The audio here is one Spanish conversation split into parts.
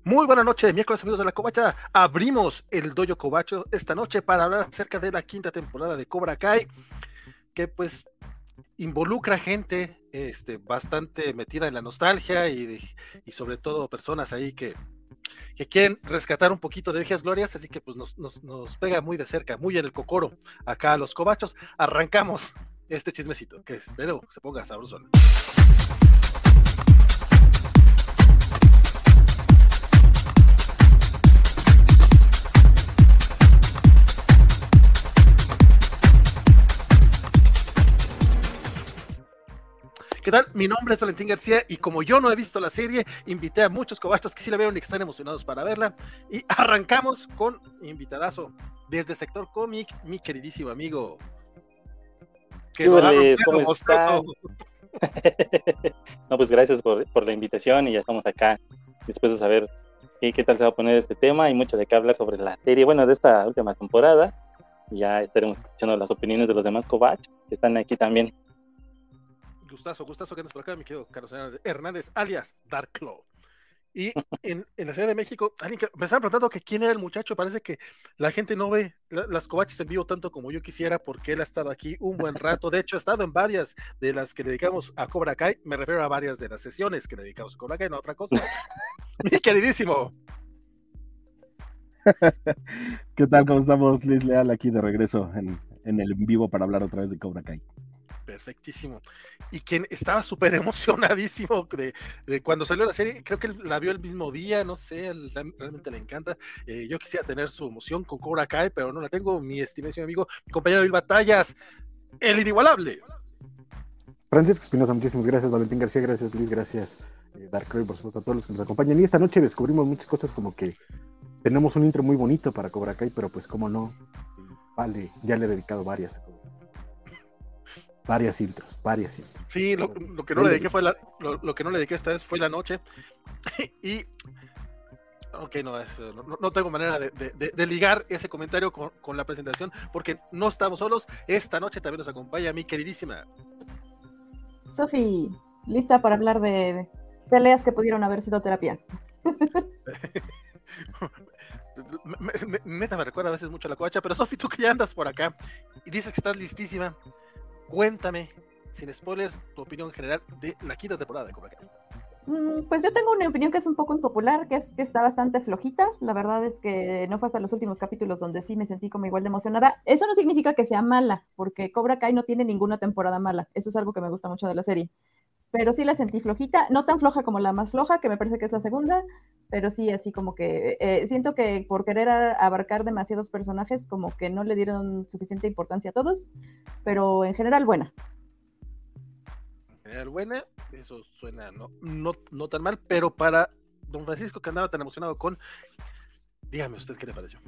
Muy buena noche, miércoles amigos de la Covacha. Abrimos el Dojo Covacho esta noche para hablar acerca de la quinta temporada de Cobra Kai, que pues involucra gente bastante metida en la nostalgia y sobre todo personas ahí que quieren rescatar un poquito de viejas glorias, así que pues nos pega muy de cerca, muy en el cocoro acá a los Covachos. Arrancamos este chismecito, que espero se ponga sabroso. ¿Qué tal? Mi nombre es Valentín García y como yo no he visto la serie, invité a muchos cobachos que sí la vieron y que están emocionados para verla. Y arrancamos con invitadazo desde Sector Cómic, mi queridísimo amigo. Que lo agarro ¿cómo están? No, pues gracias por la invitación y ya estamos acá después de saber qué tal se va a poner este tema. Hay mucho de qué hablar sobre la serie, bueno, de esta última temporada. Y ya estaremos escuchando las opiniones de los demás Covach que están aquí también. Gustazo que andas por acá, mi querido Carlos Hernández, alias Dark Claw. Y en la Ciudad de México, me estaban preguntando que quién era el muchacho. Parece que la gente no ve las Covachas en vivo tanto como yo quisiera, porque él ha estado aquí un buen rato. De hecho, ha estado en varias de las que dedicamos a Cobra Kai. Me refiero a varias de las sesiones que dedicamos a Cobra Kai, no a otra cosa. Mi queridísimo. ¿Qué tal? ¿Cómo estamos? Luis Leal aquí de regreso en el en vivo para hablar otra vez de Cobra Kai. Perfectísimo. Y quien estaba súper emocionadísimo de cuando salió la serie, creo que la vio el mismo día, no sé, realmente le encanta. Yo quisiera tener su emoción con Cobra Kai, pero no la tengo. Mi estimación amigo, mi compañero Bill Batallas, el inigualable. Francisco Espinosa, muchísimas gracias. Valentín García, gracias Luis, gracias Dark Roy, por supuesto a todos los que nos acompañan. Y esta noche descubrimos muchas cosas, como que tenemos un intro muy bonito para Cobra Kai, pero pues cómo no, sí, vale, ya le he dedicado varias a Cobra Kai. Varias intros. Sí, lo que no le dediqué lo que no le dediqué esta vez fue la noche. Y ok, no tengo manera de ligar ese comentario con la presentación, porque no estamos solos. Esta noche también nos acompaña mi queridísima Sofi, lista para hablar de peleas que pudieron haber sido terapia. Neta me recuerda a veces mucho a la Covacha, pero Sofi, tú que ya andas por acá y dices que estás listísima, cuéntame, sin spoilers, tu opinión general de la quinta temporada de Cobra Kai. Pues yo tengo una opinión que es un poco impopular, que es que está bastante flojita. La verdad es que no fue hasta los últimos capítulos donde sí me sentí como igual de emocionada. Eso no significa que sea mala, porque Cobra Kai no tiene ninguna temporada mala. Eso es algo que me gusta mucho de la serie. Pero sí la sentí flojita, no tan floja como la más floja, que me parece que es la segunda, pero sí así como que siento que por querer abarcar demasiados personajes, como que no le dieron suficiente importancia a todos, pero en general buena. Buena, eso suena no tan mal, pero para don Francisco, que andaba tan emocionado dígame usted qué le pareció.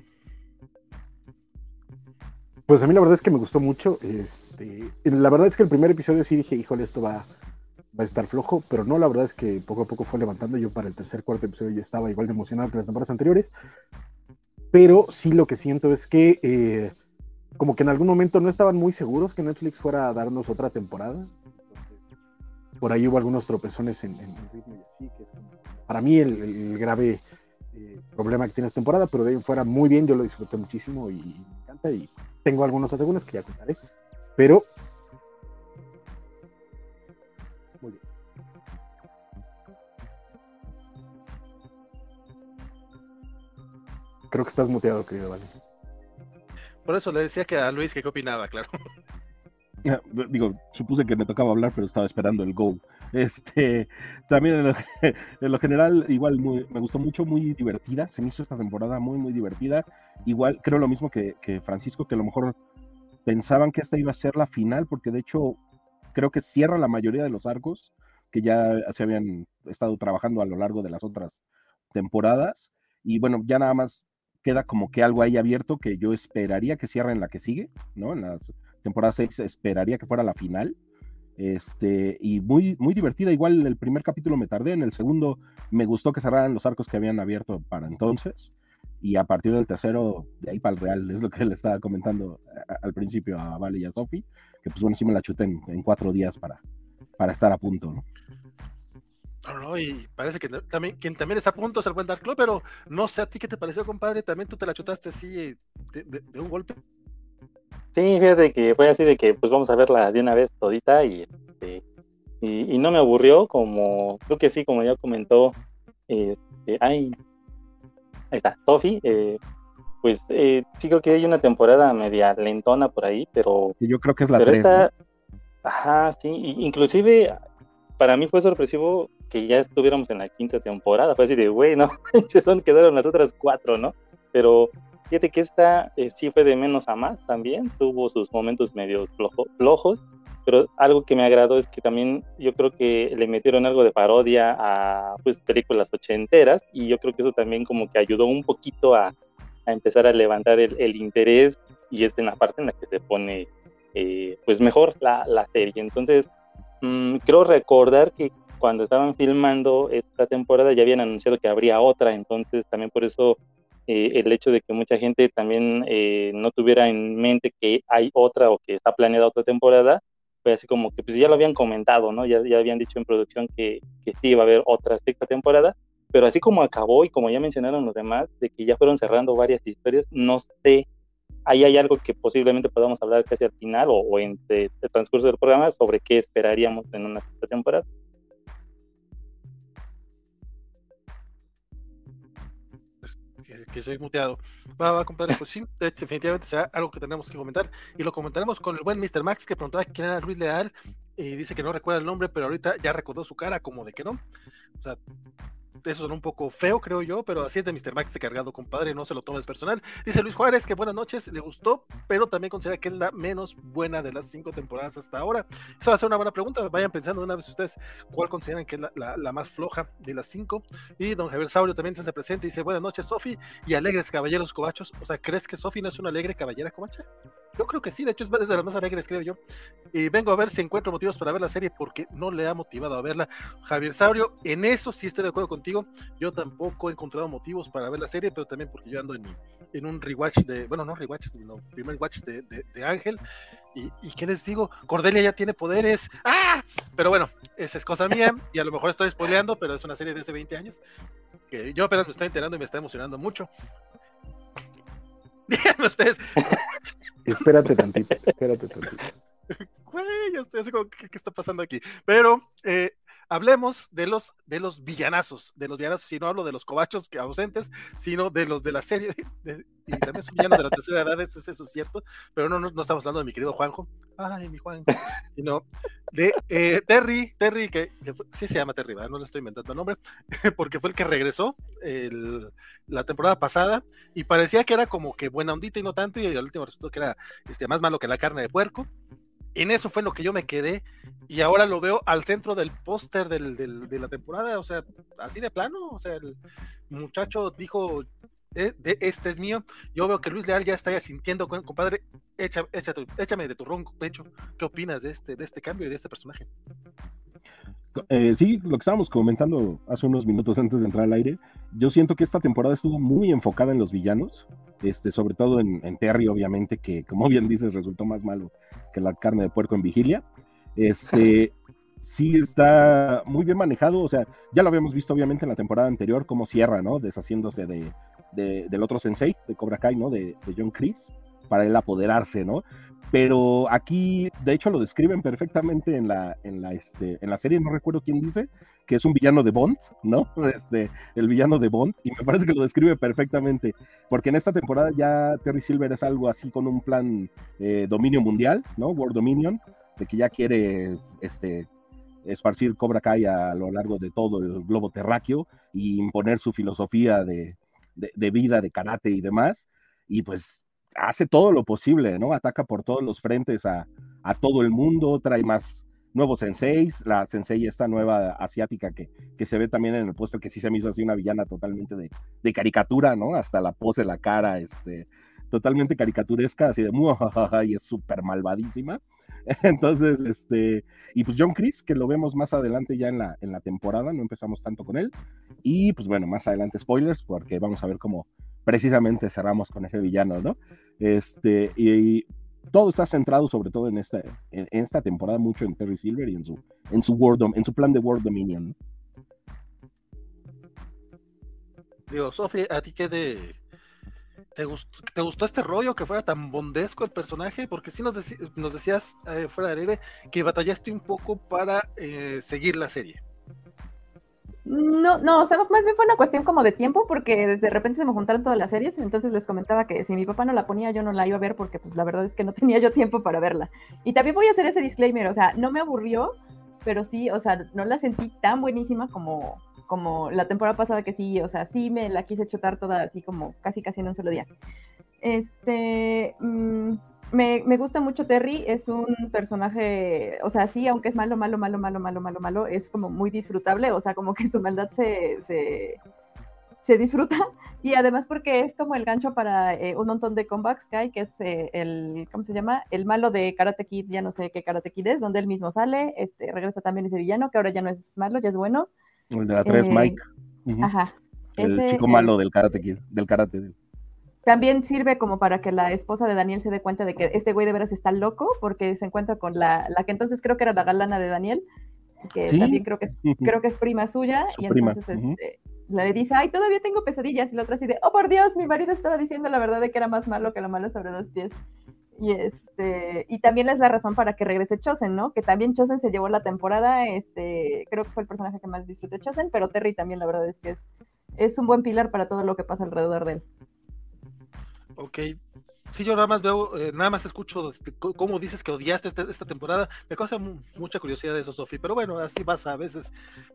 Pues a mí la verdad es que me gustó mucho. La verdad es que el primer episodio sí dije, híjole, esto va a estar flojo, pero no, la verdad es que poco a poco fue levantando. Yo para el tercer, cuarto episodio ya estaba igual de emocionado que las temporadas anteriores, pero sí lo que siento es que como que en algún momento no estaban muy seguros que Netflix fuera a darnos otra temporada. Por ahí hubo algunos tropezones en ritmo y así, que es para mí el grave problema que tiene esta temporada, pero de ahí fuera muy bien, yo lo disfruté muchísimo y me encanta, y tengo algunos asegúnes que ya contaré, pero muy bien. Creo que estás muteado, querido Vale. Por eso le decía que a Luis que qué opinaba, claro. Digo, supuse que me tocaba hablar, pero estaba esperando el go. También en lo general, igual me gustó mucho, muy divertida. Se me hizo esta temporada muy, muy divertida. Igual creo lo mismo que Francisco, que a lo mejor pensaban que esta iba a ser la final, porque de hecho creo que cierra la mayoría de los arcos que ya se habían estado trabajando a lo largo de las otras temporadas. Y bueno, ya nada más queda como que algo ahí abierto que yo esperaría que cierre en la que sigue, ¿no? En las temporada 6 esperaría que fuera la final. Y muy, muy divertida. Igual el primer capítulo me tardé, en el segundo me gustó que cerraran los arcos que habían abierto para entonces, y a partir del tercero, de ahí para el real, es lo que le estaba comentando al principio a Vale y a Sofi, que pues bueno, sí me la chuté en 4 días para estar a punto, ¿no? No, y parece que también, quien también está a punto es el buen Dark Claw, pero no sé a ti qué te pareció, compadre. También tú te la chutaste así de un golpe. Sí, fíjate que fue así de que pues vamos a verla de una vez todita y no me aburrió, como creo que sí, como ya comentó, ahí está, Sophie, pues sí creo que hay una temporada media lentona por ahí, pero Yo creo que es la pero 3, ¿no? esta, ajá, sí, inclusive para mí fue sorpresivo que ya estuviéramos en la quinta temporada, fue así de, güey, no, quedaron las otras 4, ¿no? Pero fíjate que esta sí fue de menos a más también, tuvo sus momentos medio flojos, pero algo que me agradó es que también yo creo que le metieron algo de parodia a pues películas ochenteras, y yo creo que eso también como que ayudó un poquito a empezar a levantar el interés, y es en la parte en la que se pone pues mejor la serie. Entonces creo recordar que cuando estaban filmando esta temporada ya habían anunciado que habría otra, entonces también por eso el hecho de que mucha gente también no tuviera en mente que hay otra o que está planeada otra temporada, fue así como que pues ya lo habían comentado, ¿no? Ya habían dicho en producción que sí iba a haber otra sexta temporada, pero así como acabó y como ya mencionaron los demás, de que ya fueron cerrando varias historias, no sé, ahí hay algo que posiblemente podamos hablar casi al final o entre el transcurso del programa sobre qué esperaríamos en una sexta temporada. Que soy muteado. Va, compadre, pues sí, definitivamente será algo que tenemos que comentar, y lo comentaremos con el buen Mr. Max, que preguntaba quién era Luis Leal, y dice que no recuerda el nombre, pero ahorita ya recordó su cara, como de que no. O sea, eso suena un poco feo, creo yo, pero así es de Mr. Max cargado, compadre, no se lo tomes personal. Dice Luis Juárez que buenas noches, le gustó, pero también considera que es la menos buena de las 5 temporadas hasta ahora. Eso va a ser una buena pregunta, vayan pensando una vez ustedes cuál consideran que es la más floja de las 5. Y don Javier Saurio también se hace presente y dice buenas noches, Sofi, y alegres caballeros cobachos. O sea, ¿crees que Sofi no es una alegre caballera covacha? Yo creo que sí, de hecho es de las más alegres, creo yo. Y vengo a ver si encuentro motivos para ver la serie porque no le ha motivado a verla. Javier Saurio, en eso sí estoy de acuerdo contigo. Yo tampoco he encontrado motivos para ver la serie, pero también porque yo ando en un rewatch primer watch de Ángel. ¿Y qué les digo? Cordelia ya tiene poderes. ¡Ah! Pero bueno, esa es cosa mía y a lo mejor estoy spoileando, pero es una serie de hace 20 años que yo apenas me estoy enterando y me está emocionando mucho. Díganme ustedes. Espérate tantito. Güey, yo estoy así como, ¿qué está pasando aquí? Pero hablemos de los villanazos, y no hablo de los cobachos ausentes, sino de los de la serie, y también son villanos de la tercera edad, eso es cierto, pero no estamos hablando de mi querido Juanjo, ay, mi Juan, sino de Terry, que sí se llama Terry, ¿verdad? No le estoy inventando el nombre, porque fue el que regresó la temporada pasada, y parecía que era como que buena ondita y no tanto, y al último resultó que era más malo que la carne de puerco. En eso fue lo que yo me quedé, y ahora lo veo al centro del póster de la temporada, o sea, así de plano, o sea, el muchacho dijo, este es mío. Yo veo que Luis Leal ya está sintiendo, compadre, échame de tu ronco pecho, ¿qué opinas de este cambio y de este personaje? Sí, lo que estábamos comentando hace unos minutos antes de entrar al aire, yo siento que esta temporada estuvo muy enfocada en los villanos, sobre todo en Terry, obviamente, que como bien dices, resultó más malo que la carne de puerco en Vigilia. Sí está muy bien manejado, o sea, ya lo habíamos visto obviamente en la temporada anterior, cómo cierra, ¿no? Deshaciéndose del otro sensei, de Cobra Kai, ¿no? De John Kreese, para él apoderarse, ¿no? Pero aquí, de hecho, lo describen perfectamente en la serie, no recuerdo quién dice, que es un villano de Bond, ¿no? El villano de Bond, y me parece que lo describe perfectamente, porque en esta temporada ya Terry Silver es algo así con un plan dominio mundial, ¿no? World Dominion, de que ya quiere esparcir Cobra Kai a lo largo de todo el globo terráqueo y imponer su filosofía de vida, de karate y demás, y pues hace todo lo posible, ¿no? Ataca por todos los frentes a todo el mundo, trae más nuevos senseis, la sensei esta nueva asiática que se ve también en el póster, que sí se me hizo así una villana totalmente de caricatura, ¿no? Hasta la pose, la cara, totalmente caricaturesca, así de muajajaja, y es súper malvadísima. Entonces, y pues John Kreese, que lo vemos más adelante ya en la temporada, no empezamos tanto con él, y pues bueno, más adelante spoilers, porque vamos a ver cómo precisamente cerramos con ese villano, ¿no? Y todo está centrado sobre todo en esta temporada mucho en Terry Silver y en su plan de World Dominion, ¿no? Digo, Sofi, ¿a ti te gustó este rollo que fuera tan bondesco el personaje? Porque sí nos decías fuera del aire que batallaste un poco para seguir la serie. No, o sea, más bien fue una cuestión como de tiempo, porque de repente se me juntaron todas las series, entonces les comentaba que si mi papá no la ponía, yo no la iba a ver, porque pues la verdad es que no tenía yo tiempo para verla. Y también voy a hacer ese disclaimer, o sea, no me aburrió, pero sí, o sea, no la sentí tan buenísima como la temporada pasada, que sí, o sea, sí me la quise chutar toda así como casi en un solo día. Me gusta mucho Terry, es un personaje, o sea, sí, aunque es malo, es como muy disfrutable, o sea, como que su maldad se disfruta, y además porque es como el gancho para un montón de comebacks que hay, que es ¿cómo se llama? El malo de Karate Kid, ya no sé qué Karate Kid es, donde él mismo sale, regresa también ese villano, que ahora ya no es malo, ya es bueno. El de la 3, Mike. Ajá. El chico malo del Karate Kid, del karate. También sirve como para que la esposa de Daniel se dé cuenta de que este güey de veras está loco, porque se encuentra con la que entonces creo que era la galana de Daniel, que ¿sí? También creo que es prima suya, y entonces le dice, ay, todavía tengo pesadillas, y la otra así de, oh, por Dios, mi marido estaba diciendo la verdad de que era más malo que lo malo sobre los pies. Y también es la razón para que regrese Chosen, ¿no? Que también Chosen se llevó la temporada, creo que fue el personaje que más disfruté Chosen, pero Terry también, la verdad es que es un buen pilar para todo lo que pasa alrededor de él. Ok, sí, yo nada más veo, nada más escucho cómo dices que odiaste esta temporada. Me causa mucha curiosidad de eso, Sofi, pero bueno, así pasa a veces.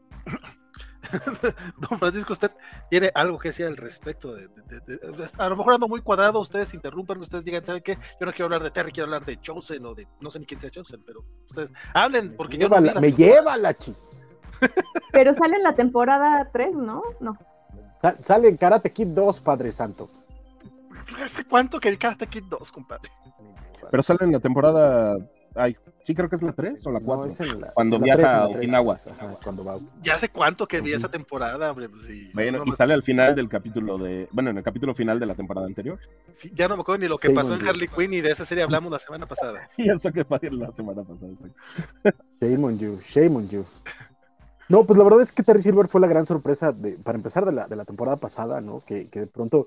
Don Francisco, ¿usted tiene algo que decir al respecto? A lo mejor ando muy cuadrado, ustedes interrumpan, ustedes digan, ¿saben qué? Yo no quiero hablar de Terry, quiero hablar de Chosen o de, no sé ni quién sea Chosen, pero ustedes hablen, porque yo no vi me lleva la chi. Pero sale en la temporada 3, ¿no? No. Sale en Karate Kid 2, Padre Santo. ¿Hace cuánto que el Karate Kid 2, compadre? Pero sale en la temporada... Ay, sí, creo que es la 3 o la 4. No, cuando viaja a Okinawa. Ya hace cuánto que vi esa temporada, hombre. Pues, sí, bueno, y sale al final del capítulo en el capítulo final de la temporada anterior. Sí, ya no me acuerdo ni lo que pasó en Harley Quinn, y de esa serie hablamos la semana pasada. Y eso que pasó la semana pasada. Shame on you. No, pues la verdad es que Terry Silver fue la gran sorpresa, para empezar, de la temporada pasada, ¿no? Que de pronto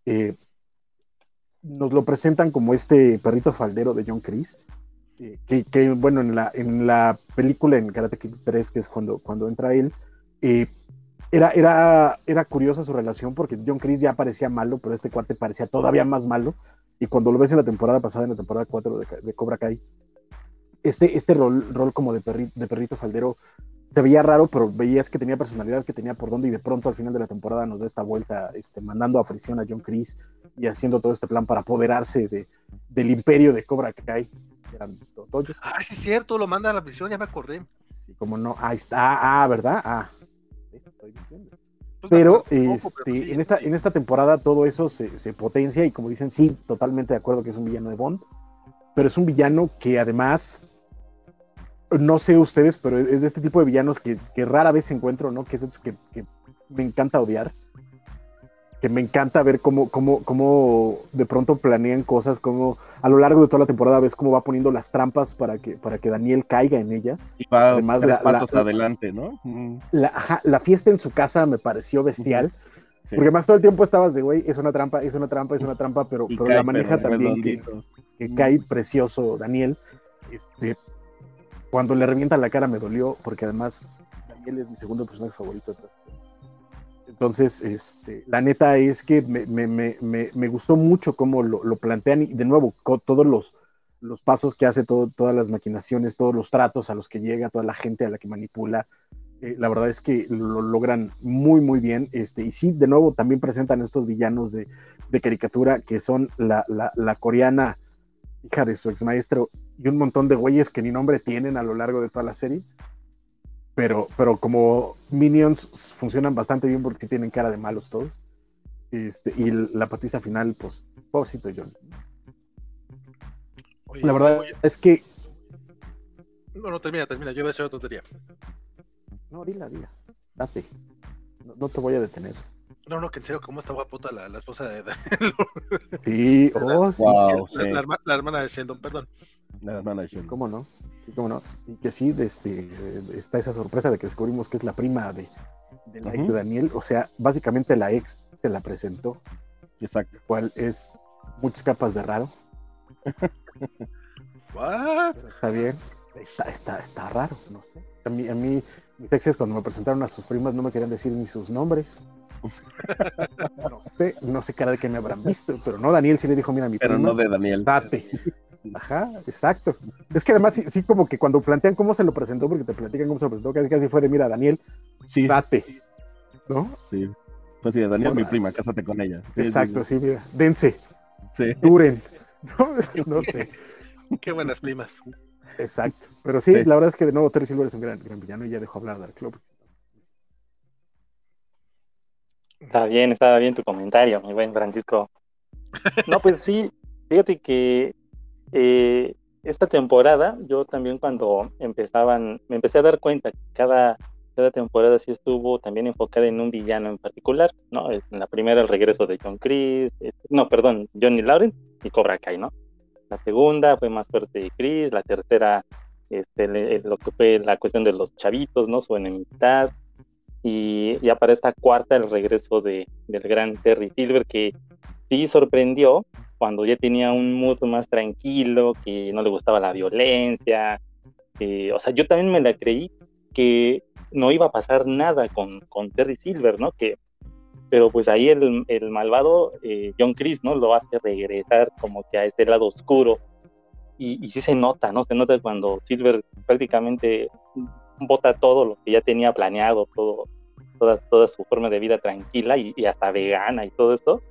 nos lo presentan como este perrito faldero de John Kreese, que bueno, en la película, en Karate Kid 3, que es cuando entra él, era curiosa su relación, porque John Kreese ya parecía malo, pero este cuate parecía todavía más malo, y cuando lo ves en la temporada pasada, en la temporada 4 de Cobra Kai, este rol como de perrito faldero se veía raro, pero veías que tenía personalidad, que tenía por dónde, y de pronto al final de la temporada nos da esta vuelta, mandando a prisión a John Kreese y haciendo todo este plan para apoderarse del imperio de Cobra Kai. Sí, es cierto, lo manda a la prisión, ya me acordé. Sí, como no, ahí está, ¿verdad? Estoy diciendo. Pues pero sí, en esta temporada todo eso se potencia, y como dicen, sí, totalmente de acuerdo que es un villano de Bond, pero es un villano que además, no sé ustedes, pero es de este tipo de villanos que rara vez encuentro, ¿no? Que es que me encanta odiar, que me encanta ver cómo de pronto planean cosas, como a lo largo de toda la temporada ves cómo va poniendo las trampas para que Daniel caiga en ellas. Y va además 3 pasos adelante, ¿no? La fiesta en su casa me pareció bestial. Sí. Porque más todo el tiempo estabas de, güey, es una trampa, pero la maneja también que cae precioso Daniel. Cuando le revienta la cara me dolió, porque además Daniel es mi segundo personaje favorito. Entonces, la neta es que me gustó mucho cómo lo plantean, y de nuevo, todos los pasos que hace, todas las maquinaciones, todos los tratos a los que llega, toda la gente a la que manipula. La verdad es que lo logran muy, muy bien. Y sí, de nuevo, también presentan estos villanos de caricatura, que son la coreana, hija de su ex maestro, y un montón de güeyes que ni nombre tienen a lo largo de toda la serie. Pero como Minions funcionan bastante bien, porque sí tienen cara de malos todos. Y la patiza final, pues, pobrecito John. Oye, la verdad es que... No, termina, yo voy a hacer otra tontería. No, dila, date. No te voy a detener. No, que en serio, ¿cómo está guapota la esposa de Sí, wow, sí. La hermana de Sheldon, perdón. La hermana de Sheldon. ¿Cómo no? Y que sí, está esa sorpresa de que descubrimos que es la prima de la ex de Daniel, o sea, básicamente la ex se la presentó. Exacto. Cual es muchas capas de raro. ¿What? Está bien, está raro, no sé. A mí, mis exes cuando me presentaron a sus primas no me querían decir ni sus nombres. No sé cara de que me habrán visto, pero no, Daniel sí le dijo, mira, mi Pero prima, no de Daniel. date. Ajá, exacto. Es que además sí como que cuando plantean cómo se lo presentó, porque te platican cómo se lo presentó, casi fue de, mira, Daniel, Sí, date, ¿no? sí. Pues sí, Daniel, Bueno, mi prima, cásate con ella. Sí, exacto, sí, mira, dense, Sí. duren, no sé. Qué buenas primas. Exacto, pero sí, Sí. la verdad es que de nuevo Terry Silver es un gran villano y ya dejó hablar Dark Club. Estaba bien tu comentario, mi buen Francisco. No, pues sí, fíjate que esta temporada, yo también cuando me empecé a dar cuenta que cada temporada sí estuvo también enfocada en un villano en particular, ¿no? En la primera el regreso de John Chris, Johnny Lawrence y Cobra Kai, ¿no? La segunda fue más fuerte de Chris, la tercera, lo que fue la cuestión de los chavitos, ¿no? Su enemistad, y ya para esta cuarta el regreso del gran Terry Silver, que sí sorprendió cuando ya tenía un mood más tranquilo, que no le gustaba la violencia, o sea, yo también me la creí que no iba a pasar nada con Terry Silver, ¿no? Pero pues ahí el malvado John Chris, ¿no? Lo hace regresar como que a ese lado oscuro, y sí se nota, ¿no? Se nota cuando Silver prácticamente bota todo lo que ya tenía planeado, toda su forma de vida tranquila y hasta vegana y todo esto,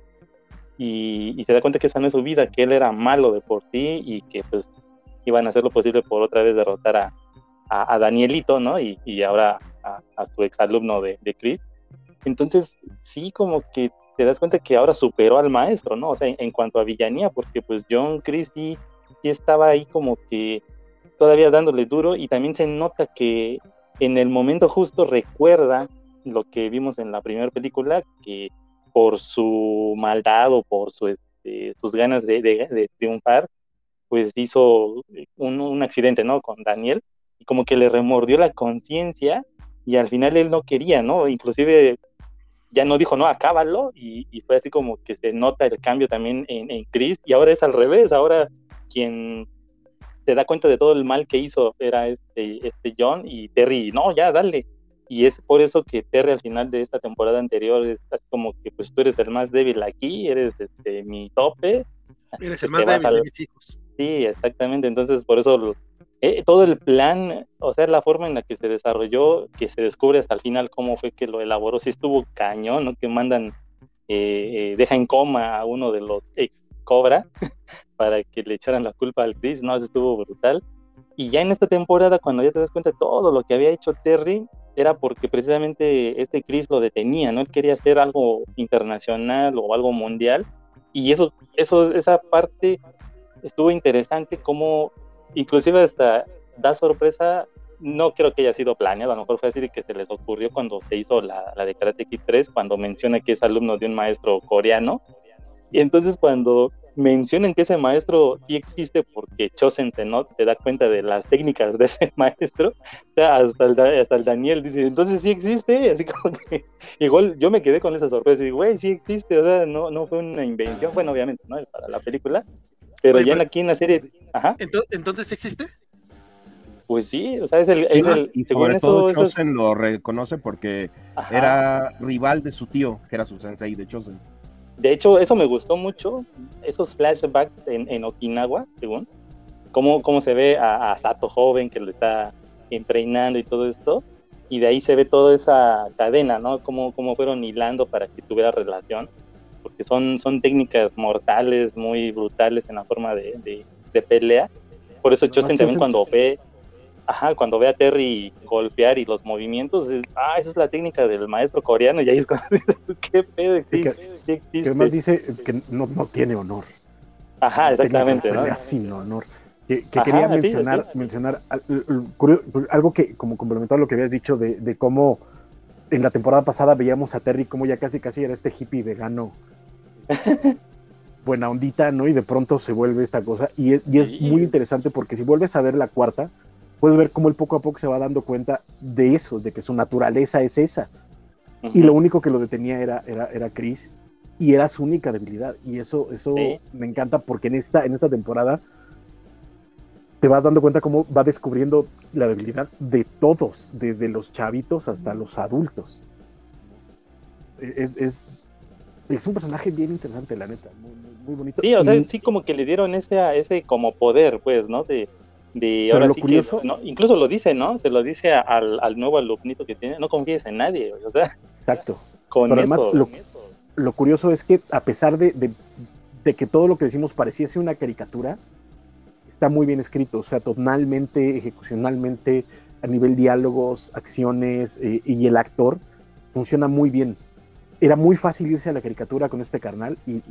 y se da cuenta que esa no es su vida, que él era malo de por sí y que pues iban a hacer lo posible por otra vez derrotar a Danielito, ¿no? Y ahora a su exalumno de Chris. Entonces sí, como que te das cuenta que ahora superó al maestro, ¿no? O sea, en cuanto a villanía, porque pues John Chris sí estaba ahí como que todavía dándole duro, y también se nota que en el momento justo recuerda lo que vimos en la primera película, que por su maldad o por sus ganas de triunfar, pues hizo un accidente, ¿no? Con Daniel, y como que le remordió la conciencia, y al final él no quería, ¿no? Inclusive ya no dijo, no, acábalo, y fue así como que se nota el cambio también en Chris, y ahora es al revés, ahora quien se da cuenta de todo el mal que hizo era este John, y Terry, no, ya, dale. Y es por eso que Terry al final de esta temporada anterior está como que pues tú eres el más débil aquí, eres mi tope. Eres el más débil de mis hijos. Sí, exactamente, entonces por eso todo el plan, o sea, la forma en la que se desarrolló, que se descubre hasta el final cómo fue que lo elaboró, sí estuvo cañón, ¿no? Que mandan, deja en coma a uno de los ex Cobra para que le echaran la culpa al Chris, ¿no? Eso estuvo brutal. Y ya en esta temporada, cuando ya te das cuenta de todo lo que había hecho Terry, era porque precisamente este Chris lo detenía, ¿no? Él quería hacer algo internacional o algo mundial, y esa parte estuvo interesante, como inclusive hasta da sorpresa. No creo que haya sido planeado, a lo mejor fue así de que se les ocurrió cuando se hizo la de Karate Kid 3, cuando menciona que es alumno de un maestro coreano, y entonces cuando mencionan que ese maestro sí existe porque Chosen te da cuenta de las técnicas de ese maestro, o sea, hasta el Daniel dice, entonces sí existe, así como que igual yo me quedé con esa sorpresa y digo, güey, sí existe, o sea, no fue una invención, bueno, obviamente, ¿no? Para la película, pero oye, ya aquí en la serie, ajá. ¿Entonces existe? Pues sí, o sea, es el y según sobre eso, todo Chosen lo reconoce porque ajá, era rival de su tío, que era su sensei de Chosen. De hecho, eso me gustó mucho, esos flashbacks en Okinawa, según, cómo se ve a Sato joven que lo está entrenando y todo esto, y de ahí se ve toda esa cadena, ¿no? Cómo fueron hilando para que tuviera relación, porque son técnicas mortales, muy brutales en la forma de pelea. Por eso Chosen también cuando ve a Terry golpear y los movimientos, esa es la técnica del maestro coreano, y ahí es cuando qué pedo, sí, que además dice que no tiene honor. Ajá, exactamente, ¿no? Sin honor. Que quería mencionar algo que, como complementar lo que habías dicho de cómo en la temporada pasada veíamos a Terry como ya casi era este hippie vegano buena ondita, ¿no? Y de pronto se vuelve esta cosa, y es muy interesante porque si vuelves a ver la cuarta, puedes ver cómo él poco a poco se va dando cuenta de eso, de que su naturaleza es esa, y lo único que lo detenía era Chris, y era su única debilidad, y eso Sí. me encanta porque en esta temporada te vas dando cuenta cómo va descubriendo la debilidad de todos, desde los chavitos hasta los adultos. Es un personaje bien interesante, la neta, muy bonito. Sí, o sea, sí como que le dieron ese como poder, pues, ¿no? De ahora lo sí curioso, que, ¿no? Incluso lo dice, ¿no? Se lo dice al nuevo alumnito que tiene, no confíes en nadie, o sea, exacto. con Pero además, eso. lo curioso es que a pesar de que todo lo que decimos pareciese una caricatura, está muy bien escrito, o sea, tonalmente, ejecucionalmente, a nivel diálogos, acciones, y el actor funciona muy bien. Era muy fácil irse a la caricatura con este carnal y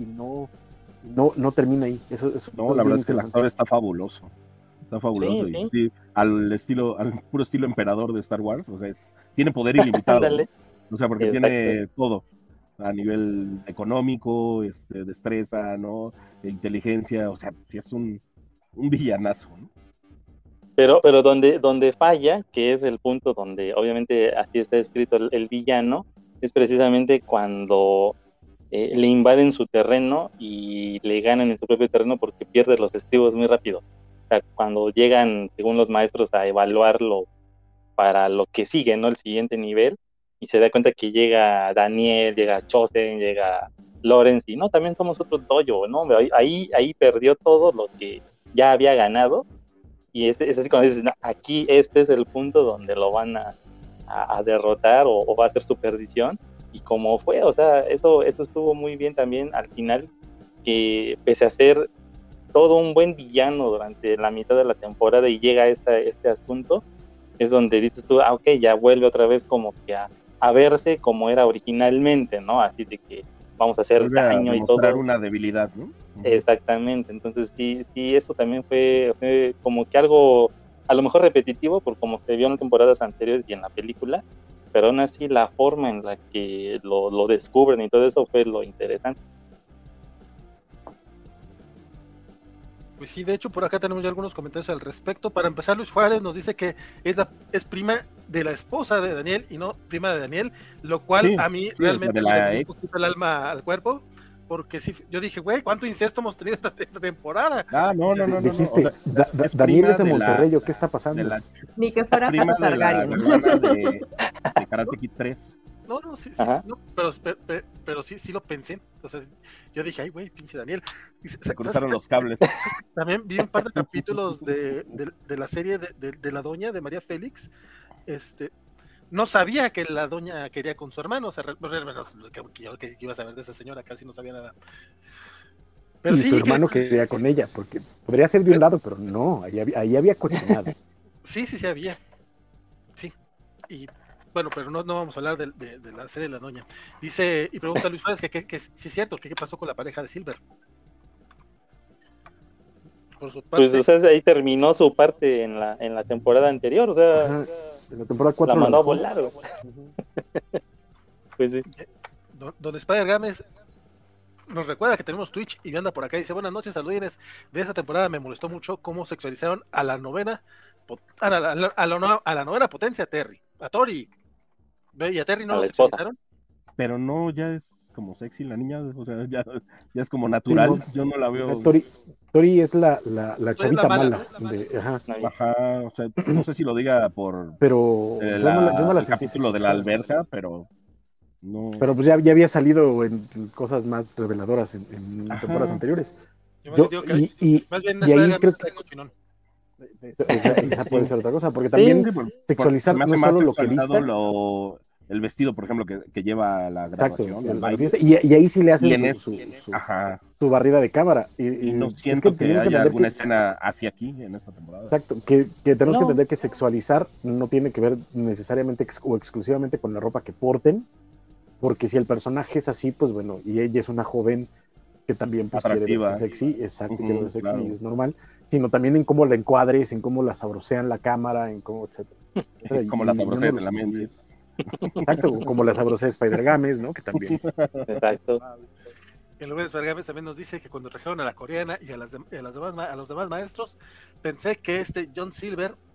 no termina ahí. Eso No, la verdad es que el actor está fabuloso. Está fabuloso. Sí, Y sí. sí, al puro estilo emperador de Star Wars. O sea, tiene poder ilimitado. Ándale. ¿no? O sea, porque Exacto. tiene todo. A nivel económico, destreza, ¿no? Inteligencia. O sea, sí es un villanazo, ¿no? Pero donde falla, que es el punto donde obviamente así está escrito el villano, es precisamente cuando le invaden su terreno y le ganan en su propio terreno porque pierde los estribos muy rápido. O sea, cuando llegan, según los maestros, a evaluarlo para lo que sigue, ¿no? El siguiente nivel, y se da cuenta que llega Daniel, llega Chosen, llega Lawrence, y no, también somos otro dojo, ¿no? Ahí perdió todo lo que ya había ganado, y es así como dices, no, aquí este es el punto donde lo van a derrotar o va a ser su perdición, y como fue, o sea, eso estuvo muy bien también al final, que pese a ser todo un buen villano durante la mitad de la temporada y llega a este asunto, es donde dices tú, ok, ya vuelve otra vez como que a verse como era originalmente, ¿no? Así de que vamos a hacer Vuelve daño a y todo. demostrar una debilidad, ¿no? Exactamente, entonces sí, eso también fue como que algo a lo mejor repetitivo por como se vio en temporadas anteriores y en la película, pero aún así la forma en la que lo descubren y todo eso fue lo interesante. Pues sí, de hecho por acá tenemos ya algunos comentarios al respecto. Para empezar, Luis Juárez nos dice que es prima de la esposa de Daniel y no prima de Daniel, lo cual Sí, a mí sí, realmente de me la dio un ex. poquito el alma al cuerpo, porque sí, yo dije, güey, ¿cuánto incesto hemos tenido esta temporada? Ah, no. Dijiste, O sea, Daniel prima es de Monterrey, ¿o qué está de pasando? la Ni que fuera prima casa de la Targaryen. hermana de Karate Kid 3. No, sí, Ajá. no, pero sí lo pensé. Entonces, yo dije, ay, güey, pinche Daniel. Se cruzaron los cables. También vi un par de capítulos de la serie de la doña, de María Félix. No sabía que la doña quería con su hermano. O sea, que iba a saber de esa señora, casi no sabía nada. Pero y sí, su hermano quería con ella, porque podría ser de un lado, pero no, ahí había cochinado. Sí, había. Sí. Y bueno, pero no vamos a hablar de la serie de la doña. Dice, y pregunta Luis Suárez que sí es cierto, ¿qué pasó con la pareja de Silver? Por su parte, Pues, o sea, ahí terminó su parte en la temporada anterior, o sea, Ajá, en la temporada 4 la mandó a dejó. volar. Pues sí. Don Spider Gámez nos recuerda que tenemos Twitch y anda por acá y dice, buenas noches, saludines. De esta temporada me molestó mucho cómo sexualizaron a la novena a la novena potencia, a Terry, a Tori. ¿Y a Terry no A lo la esposa. sexualizaron? Pero no, ya es como sexy la niña, o sea, ya es como natural. Sí, no. Yo no la veo. Tori es la chavita mala, mala. Ajá. Ajá, o sea, no sé si lo diga por Pero yo no la el sentí capítulo de la sexualizada. alberca, pero no. Pero pues ya había salido en cosas más reveladoras en temporadas anteriores. Más bien y ahí creo que cochinón. esa puede ser otra cosa, porque también sexualizar se me hace no más solo lo que sexualizado vista. el vestido, por ejemplo, que lleva a la Exacto, graduación, al la baile. fiesta, y ahí sí le hacen Ajá. su barrida de cámara. Y no es siento que haya alguna que, escena hacia aquí en esta temporada. Exacto, que tenemos que entender que sexualizar no tiene que ver necesariamente o exclusivamente con la ropa que porten, porque si el personaje es así, pues bueno, y ella es una joven que también pues, quiere verse sexy, exacto, quiere verse sexy, claro. Es normal, sino también en cómo la encuadres, en cómo la sabrosean la cámara, en cómo, etcétera. Como la sabroseas en la mente. Exacto, como la sabrosea Spider Games, ¿no? Que también. Exacto. El Luis Vergames también nos dice que cuando trajeron a la coreana y a los demás maestros, pensé que John Silver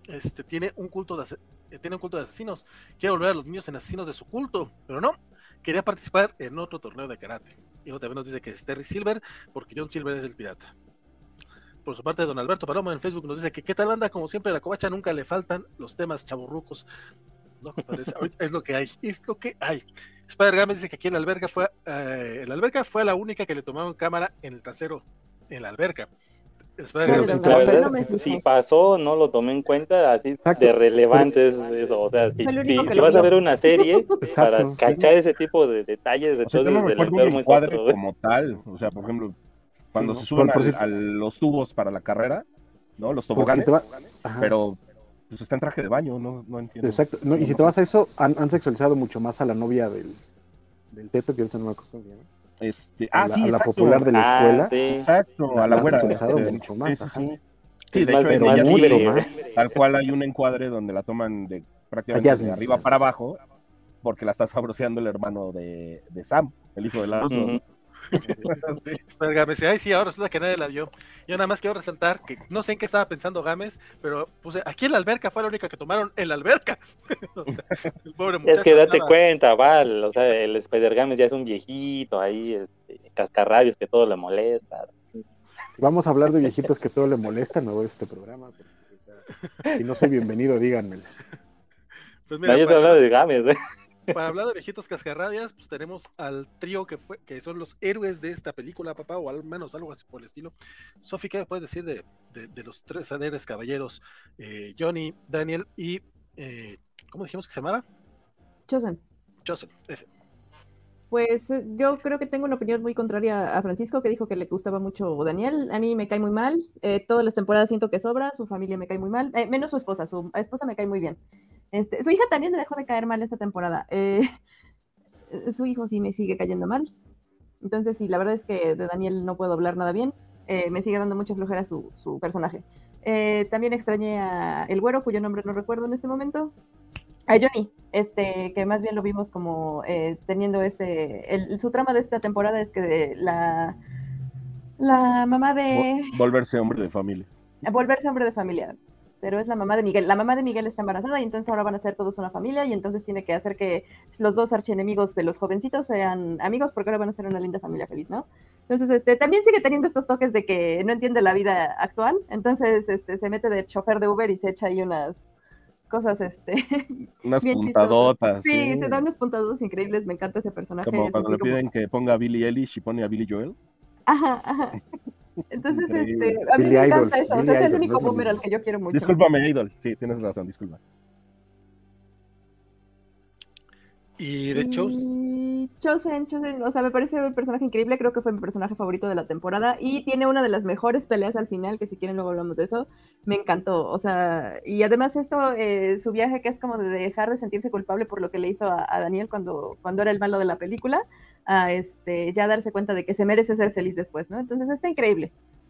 tiene un culto de asesinos. Quiere volver a los niños en asesinos de su culto, pero no. Quería participar en otro torneo de karate. Y luego también nos dice que es Terry Silver, porque John Silver es el pirata. Por su parte, don Alberto Paloma en Facebook nos dice que qué tal banda, como siempre, la covacha nunca le faltan los temas chaburrucos. No, compadre, es lo que hay, es lo que hay. Spider Games dice que aquí en la alberca fue la única que le tomaron cámara en el trasero, en la alberca. La verdad es que si pasó, no lo tomé en cuenta, así de relevante es eso. O sea, si vas a ver una serie, para cachar ese tipo de detalles, o sea, yo no recuerdo un encuadre como tal. O sea, por ejemplo, cuando se suben a los tubos para la carrera, ¿no? Los toboganes, pero pues está en traje de baño, no entiendo. Exacto, no, y si te vas a eso, han sexualizado mucho más a la novia del Teto, que ahorita no me acuerdo cómo se llama. Sí, la popular de la escuela. Sí. Exacto, a la güera. Mucho más. Sí, de hecho, ella mucho más. Tal cual hay un encuadre donde la toman prácticamente de arriba para abajo, porque la está sabroseando el hermano de Sam, el hijo de la Russo. Gámez, ay sí, ahora resulta que nadie la vio. Yo nada más quiero resaltar que no sé en qué estaba pensando Gámez, pero puse aquí en la alberca fue la única que tomaron en la alberca. O sea, el pobre muchacho es que date cuenta, Val, o sea, el Spider Gámez ya es un viejito ahí, cascarrabios que todo le molesta. Vamos a hablar de viejitos que todo le molesta, no este programa. Si no soy bienvenido, díganmelo. Pues mira, yo estoy hablando de Gámez, Para hablar de viejitos cascarrabias, pues tenemos al trío que son los héroes de esta película, papá, o al menos algo así por el estilo. Sofi, ¿qué me puedes decir de los tres héroes caballeros? Johnny, Daniel y ¿cómo dijimos que se llamaba? Chosen, ese. Pues yo creo que tengo una opinión muy contraria a Francisco, que dijo que le gustaba mucho Daniel. A mí me cae muy mal. Todas las temporadas siento que sobra. Su familia me cae muy mal. Menos su esposa. Su esposa me cae muy bien. Su hija también me dejó de caer mal esta temporada. Su hijo sí me sigue cayendo mal. Entonces, sí, la verdad es que de Daniel no puedo hablar nada bien. Me sigue dando mucha flojera su personaje. También extrañé a el güero, cuyo nombre no recuerdo en este momento. A Johnny, que más bien lo vimos como teniendo su trama de esta temporada es que la mamá de... Volverse hombre de familia. Volverse hombre de familia, pero es la mamá de Miguel. La mamá de Miguel está embarazada y entonces ahora van a ser todos una familia y entonces tiene que hacer que los dos archienemigos de los jovencitos sean amigos porque ahora van a ser una linda familia feliz, ¿no? Entonces, también sigue teniendo estos toques de que no entiende la vida actual, entonces se mete de chofer de Uber y se echa ahí unas cosas, unas puntadotas. Sí, se da unas puntadotas increíbles, me encanta ese personaje. Como cuando le piden que ponga a Billie Eilish y pone a Billy Joel. Ajá. Entonces, a mí me encanta eso, o sea, es el único boomer al que yo quiero mucho. Discúlpame, Idol, sí, tienes razón, disculpa. Y de hecho... Chosen, o sea, me parece un personaje increíble, creo que fue mi personaje favorito de la temporada y tiene una de las mejores peleas al final, que si quieren luego hablamos de eso, me encantó, o sea, y además esto, su viaje que es como de dejar de sentirse culpable por lo que le hizo a Daniel cuando era el malo de la película, a ya darse cuenta de que se merece ser feliz después, ¿no? Entonces está increíble.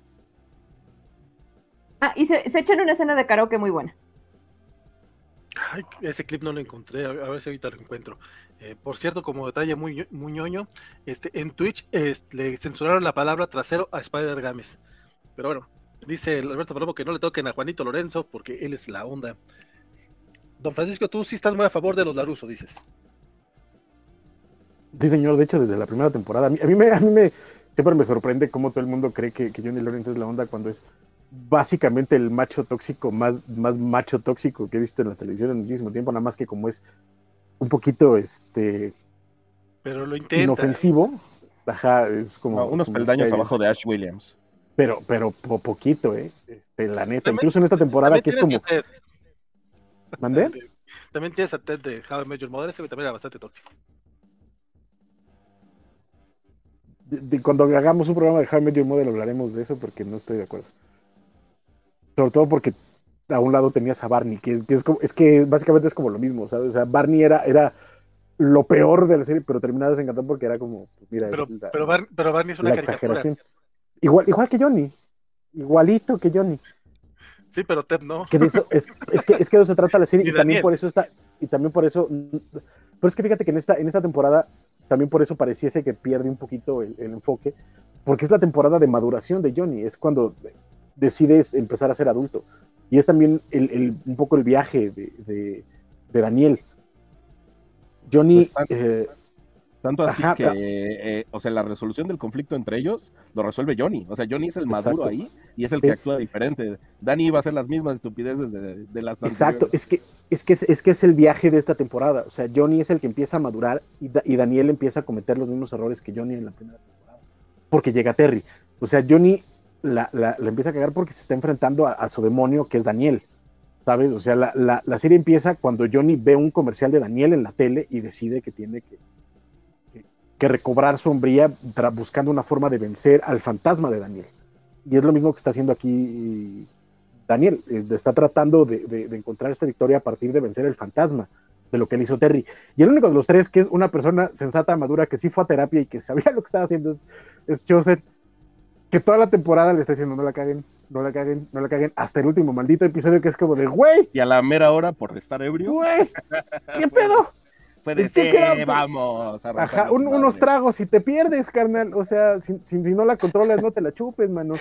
Y se echan una escena de karaoke muy buena. Ay, ese clip no lo encontré, a ver si ahorita lo encuentro. Por cierto, como detalle muy ñoño, en Twitch le censuraron la palabra trasero a Spider Games. Pero bueno, dice Alberto Palomo que no le toquen a Juanito Lorenzo porque él es la onda. Don Francisco, tú sí estás muy a favor de los Larusso, dices. Sí, señor, de hecho, desde la primera temporada. A mí siempre me sorprende cómo todo el mundo cree que Johnny Lawrence es la onda cuando es básicamente el macho tóxico más macho tóxico que he visto en la televisión en muchísimo tiempo, nada más que como es un poquito pero lo intenta. Inofensivo. Ajá, es como unos como peldaños abajo de Ash Williams. Pero poquito, la neta, también, incluso en esta temporada que es como ¿mandé? También tienes a Ted de How I Met Your Mother, ese también era bastante tóxico. Cuando hagamos un programa de How I Met Your Mother hablaremos de eso porque no estoy de acuerdo. Sobre todo porque a un lado tenías a Barney, que es que básicamente es como lo mismo, ¿sabes? O sea, Barney era lo peor de la serie, pero terminaba desencantado porque era como, mira, pero Barney es una caricatura. Igual que Johnny, igualito que Johnny. Sí, pero Ted no. Que de eso, es que de eso se trata la serie y también por eso pero es que fíjate que en esta temporada también por eso pareciese que pierde un poquito el enfoque, porque es la temporada de maduración de Johnny, es cuando decides empezar a ser adulto. y es también un poco el viaje de Daniel. Johnny... Pues, tanto así Ajá, que, o sea, la resolución del conflicto entre ellos lo resuelve Johnny. O sea, Johnny es el maduro Exacto. ahí y es el que actúa diferente. Danny iba a hacer las mismas estupideces de las Exacto, anteriores. es que es el viaje de esta temporada. O sea, Johnny es el que empieza a madurar y Daniel empieza a cometer los mismos errores que Johnny en la primera temporada. Porque llega Terry. O sea, Johnny la empieza a cagar porque se está enfrentando a su demonio, que es Daniel. ¿Sabes? O sea, la serie empieza cuando Johnny ve un comercial de Daniel en la tele y decide que tiene que recobrar su hombría buscando una forma de vencer al fantasma de Daniel. Y es lo mismo que está haciendo aquí Daniel. Está tratando de encontrar esta victoria a partir de vencer el fantasma de lo que le hizo Terry. Y el único de los tres que es una persona sensata, madura, que sí fue a terapia y que sabía lo que estaba haciendo es Chosen, que toda la temporada le está diciendo no la caguen, no la caguen, no la caguen, hasta el último maldito episodio que es como de, güey. Y a la mera hora, por estar ebrio. Güey, ¿qué pedo? Puede ser, vamos. Ajá, unos tragos y te pierdes, carnal. O sea, si no la controlas, no te la chupes, mano.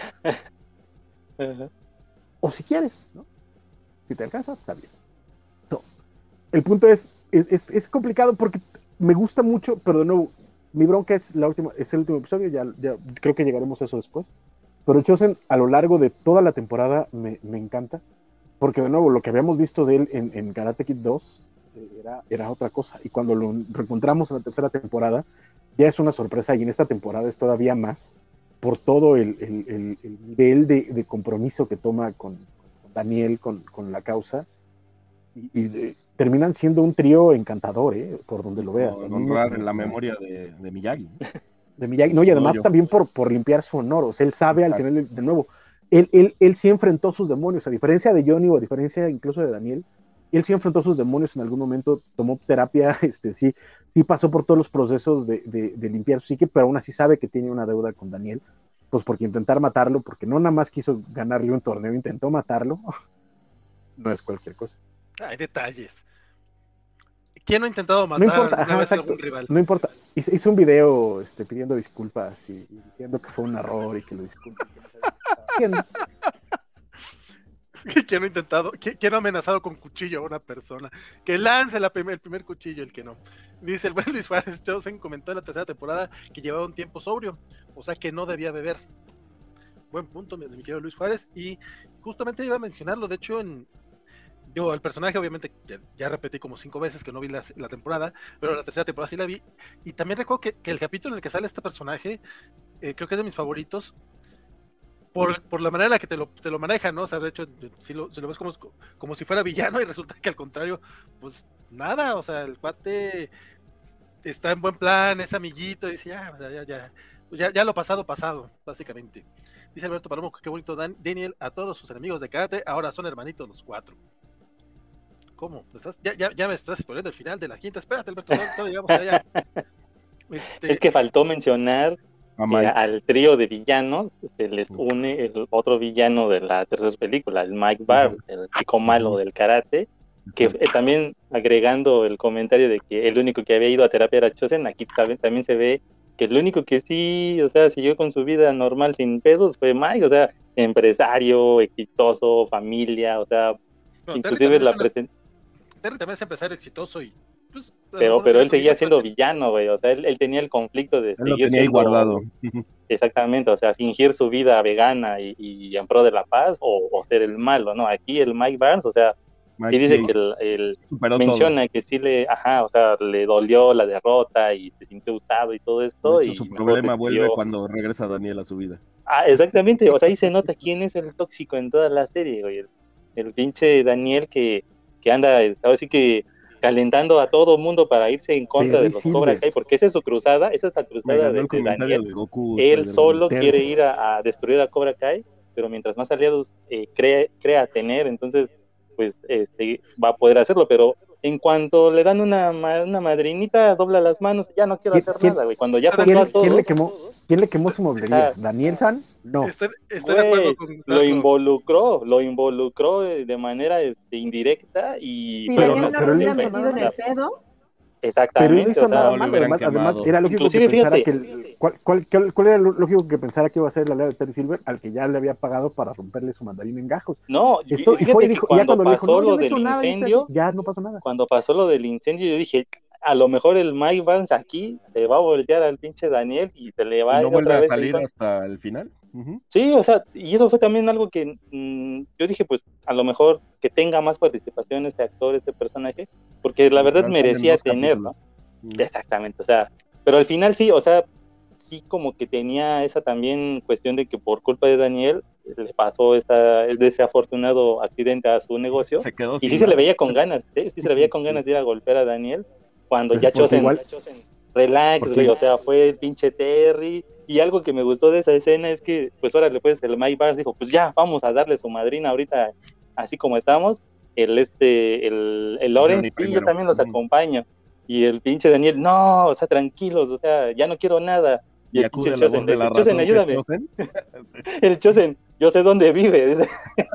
O si quieres, ¿no? Si te alcanza, está bien. So, el punto es complicado porque me gusta mucho, pero de nuevo, mi bronca es el último episodio, ya creo que llegaremos a eso después. Pero Chosen, a lo largo de toda la temporada, me encanta. Porque de nuevo, lo que habíamos visto de él en Karate Kid 2 era otra cosa. Y cuando lo reencontramos en la tercera temporada, ya es una sorpresa. Y en esta temporada es todavía más por todo el nivel de compromiso que toma con Daniel, con la causa. Y terminan siendo un trío encantador, por donde lo veas. Honrar la memoria de Miyagi. De Miyagi, no, y además también por limpiar su honor. O sea, él sabe al final, de nuevo, él sí enfrentó sus demonios, a diferencia de Johnny o a diferencia incluso de Daniel. Él sí enfrentó sus demonios en algún momento, tomó terapia, sí pasó por todos los procesos de limpiar su psique, pero aún así sabe que tiene una deuda con Daniel, pues porque intentar matarlo, porque no nada más quiso ganarle un torneo, intentó matarlo, no es cualquier cosa. Hay detalles. ¿Quién no ha intentado matar alguna vez a algún rival? No importa, hizo un video pidiendo disculpas y diciendo que fue un error y que lo disculpe. ¿Quién no ha intentado? ¿Quién no ha amenazado con cuchillo a una persona? Que lance el primer cuchillo, el que no. Dice el buen Luis Juárez, Chosen comentó en la tercera temporada que llevaba un tiempo sobrio, o sea que no debía beber. Buen punto, mi querido Luis Juárez, y justamente iba a mencionarlo, de hecho, el personaje obviamente ya repetí como 5 veces que no vi la temporada, pero la tercera temporada sí la vi, y también recuerdo que el capítulo en el que sale este personaje, creo que es de mis favoritos, por la manera en la que te lo manejan, ¿no? O sea, de hecho, si lo ves como si fuera villano y resulta que al contrario, pues nada, o sea, el cuate está en buen plan, es amiguito, y dice, ya lo pasado, básicamente. Dice Alberto Palomo, qué bonito Daniel, a todos sus enemigos de karate, ahora son hermanitos los 4. ¿Cómo? Ya me estás poniendo el final de la quinta, espérate Alberto, no llegamos allá. Es que faltó mencionar al trío de villanos, se les une el otro villano de la tercera película, el Mike Barnes, el chico malo del karate, que también agregando el comentario de que el único que había ido a terapia era Chosen, aquí también se ve que el único que sí, o sea, siguió con su vida normal sin pedos fue Mike, o sea, empresario, exitoso, familia, o sea, no, inclusive Terry también es empresario exitoso y pues, pero él seguía siendo villano, güey, o sea, él tenía el conflicto de seguir lo tenía ahí guardado. Exactamente, o sea, fingir su vida vegana y en pro de la paz o ser el malo, ¿no? Aquí el Mike Barnes, o sea, sí dice que él menciona todo. Que sí o sea, le dolió la derrota y se sintió usado y todo esto. Y su problema vuelve cuando regresa Daniel a su vida. Exactamente, o sea, ahí se nota quién es el tóxico en toda la serie, güey. El pinche Daniel que anda, ahora sí que calentando a todo mundo para irse en contra de los Cobra Kai, porque esa es su cruzada, esa es la cruzada de Daniel. De Goku, él solo quiere ir a destruir a Cobra Kai, pero mientras más aliados crea tener, entonces pues va a poder hacerlo, pero en cuanto le dan una madrinita, dobla las manos, ya no quiero hacer nada, güey. Cuando ya juntó a todos. ¿Quién le quemó su mueblería? ¿Daniel San? No. Estoy de acuerdo con lo involucró de manera indirecta y si Daniel no lo hubiera metido en el pedo. Exactamente. Pero él hizo nada malo, además era lógico que pensara que ¿Cuál era lo lógico que pensara que iba a ser la ley de Terry Silver al que ya le había pagado para romperle su mandarín en gajos? No, Y fue y fíjate que dijo, y ya cuando cuando le dijo, pasó no, yo lo no he del hecho nada, incendio, ya no pasó nada. cuando pasó lo del incendio, yo dije, a lo mejor el Mike Vance aquí se va a voltear al pinche Daniel y se le va Y a no ir vuelve otra a vez. salir hasta el final. Ujú. Sí, o sea, y eso fue también algo que yo dije, pues a lo mejor que tenga más participación este actor, este personaje, porque la verdad Literal, salen merecía 2 tener, ¿no? capítulos. Exactamente, o sea, pero al final sí, o sea, sí como que tenía esa también cuestión de que por culpa de Daniel le pasó ese desafortunado accidente a su negocio, Se quedó y sin sí se le nada. veía con ganas, sí se le veía con ganas de ir a golpear a Daniel, cuando Pues, ya porque Chosen, igual- relax, porque- güey, o sea, fue el pinche Terry, y algo que me gustó de esa escena es que, pues órale, pues el Mike Barnes dijo, pues ya, vamos a darle su madrina ahorita, así como estamos, el Lawrence, sí, yo primero. también los acompaño, y el pinche Daniel, no, o sea, tranquilos, o sea, ya no quiero nada, y Y el acude pinche a la voz Chosen de le la dice, Chosen, razón, que ayúdame, Chosen. Sí. el Chosen, yo sé dónde vive, dice.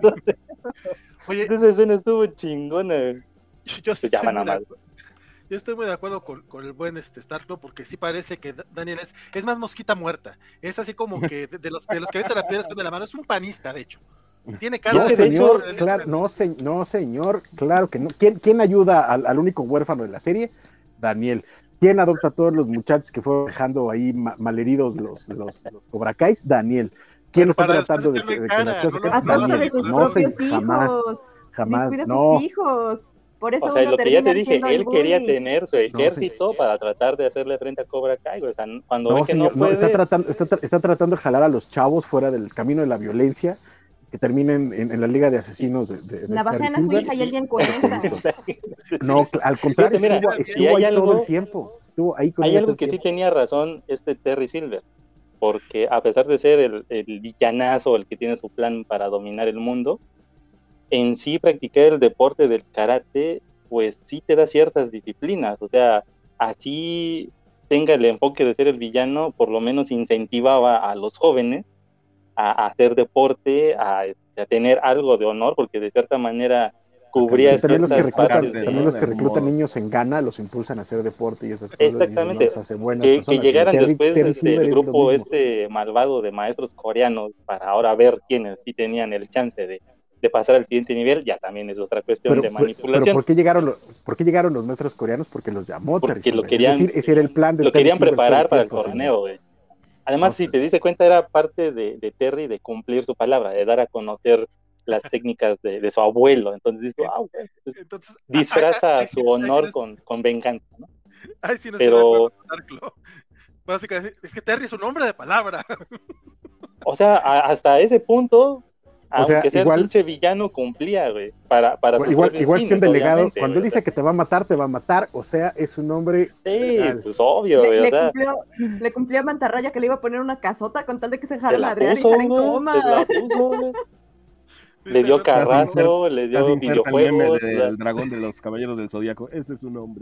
Oye, Esa escena estuvo chingona, yo sí pues ya estoy van a muy de mal. acuerdo. Yo estoy muy de acuerdo con el buen Stark, ¿no? Porque sí parece que Daniel es más mosquita muerta. Es así como que de los que avientan la piedra esconde la mano. Es un panista, de hecho. Tiene cara No, que de de hecho- señor, claro, no, señor, claro que no. ¿Quién ayuda al único huérfano de la serie? Daniel. ¿Quién adopta a todos los muchachos que fueron dejando ahí malheridos los Cobra Kais? Daniel. ¿Quién Pero está para tratando de después que echarle las cara, cosas no lo- A no lo costa hace de sus con propios jamás, hijos. Descuida a no. sus hijos. Por eso O sea, uno lo que ya termina te dije, siendo el él quería bully. tener su ejército para tratar de hacerle frente a Cobra Kai, güey. O sea, cuando ve No, que señor, no puede, está tratando de jalar a los chavos fuera del camino de la violencia, que terminen en la liga de asesinos de Navajean Terry a su Silver. hija y él ni en cuenta. No, al contrario, Fíjate, mira, estuvo y hay ahí todo algo- el tiempo. Estuvo ahí con hay ella algo todo el que sí tiempo. tenía razón Terry Silver, porque a pesar de ser el villanazo, el que tiene su plan para dominar el mundo, en sí practicar el deporte del karate, pues sí te da ciertas disciplinas, o sea, así tenga el enfoque de ser el villano, por lo menos incentivaba a los jóvenes a hacer deporte, a tener algo de honor, porque de cierta manera cubría Y también los que ciertas reclutan, partes de... también los que de algún reclutan modo. niños en Ghana los impulsan a hacer deporte y esas cosas. Exactamente, Y los hace buenas que personas. llegaran Terry después Silver el es lo grupo mismo. malvado de maestros coreanos para ahora ver quiénes sí tenían el chance de pasar al siguiente nivel, ya también es otra cuestión de Pero manipulación. ¿por qué llegaron los maestros coreanos? Porque los llamó Terry Porque lo Silver. querían, Es decir, ese era el plan de lo Terry querían Silver todo preparar para el tiempo, señor. torneo, güey. Además, No, si sí. te diste cuenta, era parte de Terry de cumplir su palabra, de dar a conocer las técnicas de su abuelo. Entonces dices, wow, pues, Entonces, disfraza ahí sí- su ahí sí honor no es- con venganza, ¿no? ahí sí no estoy de Pero, acuerdo con Darklo. Básicamente, es que Terry es un hombre de palabra. o sea, hasta ese punto, O sea, aunque sea igual- el pinche villano, cumplía, güey, para sus Igual propios que un fines, delegado, obviamente, cuando él güey. dice que te va a matar, o sea, es un hombre Sí, legal. pues obvio, güey, o sea, Le cumplió a Mantarraya que le iba a poner una casota con tal de que se se dejara la madrear y puso, estar en güey, coma. se la puso, güey. Le Dice dio Alberto, carrazo, le dio Casi inserta el meme videojuegos, o sea, del dragón de los caballeros del Zodíaco. Ese es un hombre.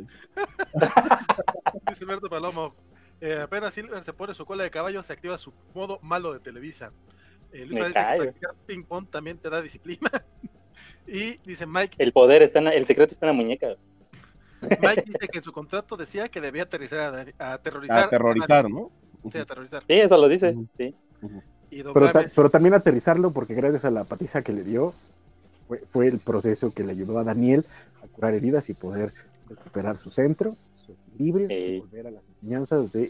dice Alberto Palomo, apenas Silver se pone su cola de caballo, se activa su modo malo de Televisa. Luis Me Suárez dice que cae. practicar ping pong también te da disciplina. Y dice Mike el secreto está en la muñeca. dice que en su contrato decía que debía aterrorizar. Aterrorizar, ¿no? Sí, aterrorizar. Sí, eso lo dice, Ujú. sí. Y Don Pero, Gámez, pero también aterrizarlo, porque gracias a la patiza que le dio, fue el proceso que le ayudó a Daniel a curar heridas y poder recuperar su centro, su equilibrio y volver a las enseñanzas de...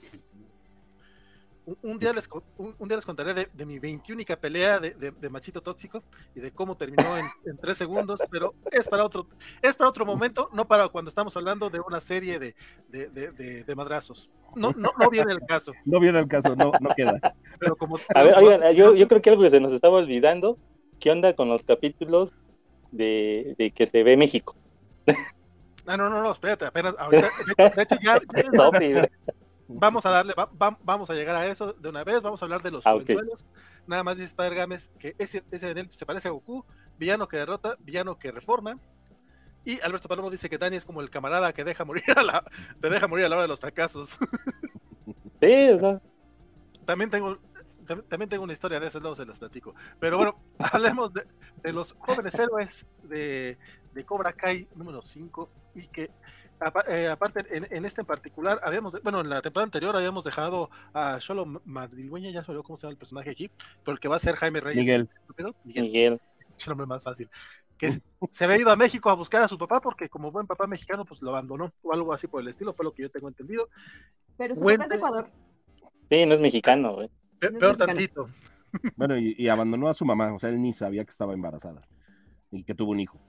un día les contaré de mi 21ª pelea de machito tóxico y de cómo terminó en 3 segundos, pero es para otro momento, no para cuando estamos hablando de una serie de madrazos. No viene el caso. No viene el caso, no queda. Pero como, A ver, oigan, yo creo que algo que se nos estaba olvidando, ¿qué onda con los capítulos de que se ve México? No, espérate, apenas ahorita, de hecho ya Sofi, güey. vamos a darle, vamos a llegar a eso de una vez, vamos a hablar de los jovenzuelos. Nada más dice Spider Games que ese de él se parece a Goku, villano que derrota, villano que reforma. Y Alberto Palomo dice que Dani es como el camarada que te deja morir a la hora de los fracasos. Sí, o sea, También tengo una historia de esas, luego se las platico. Pero bueno, hablemos de los jóvenes héroes de Cobra Kai número 5 y que aparte, en este en particular, en la temporada anterior habíamos dejado a Xolo Madrileño, ya se olvidó cómo se llama el personaje aquí, pero el que va a ser Jaime Reyes. Miguel. Es el nombre más fácil. Que se había ido a México a buscar a su papá porque como buen papá mexicano, pues lo abandonó o algo así por el estilo, fue lo que yo tengo entendido. Pero su papá es de Ecuador. Sí, no es mexicano, güey. Peor tantito. Bueno, y abandonó a su mamá, o sea, él ni sabía que estaba embarazada y que tuvo un hijo.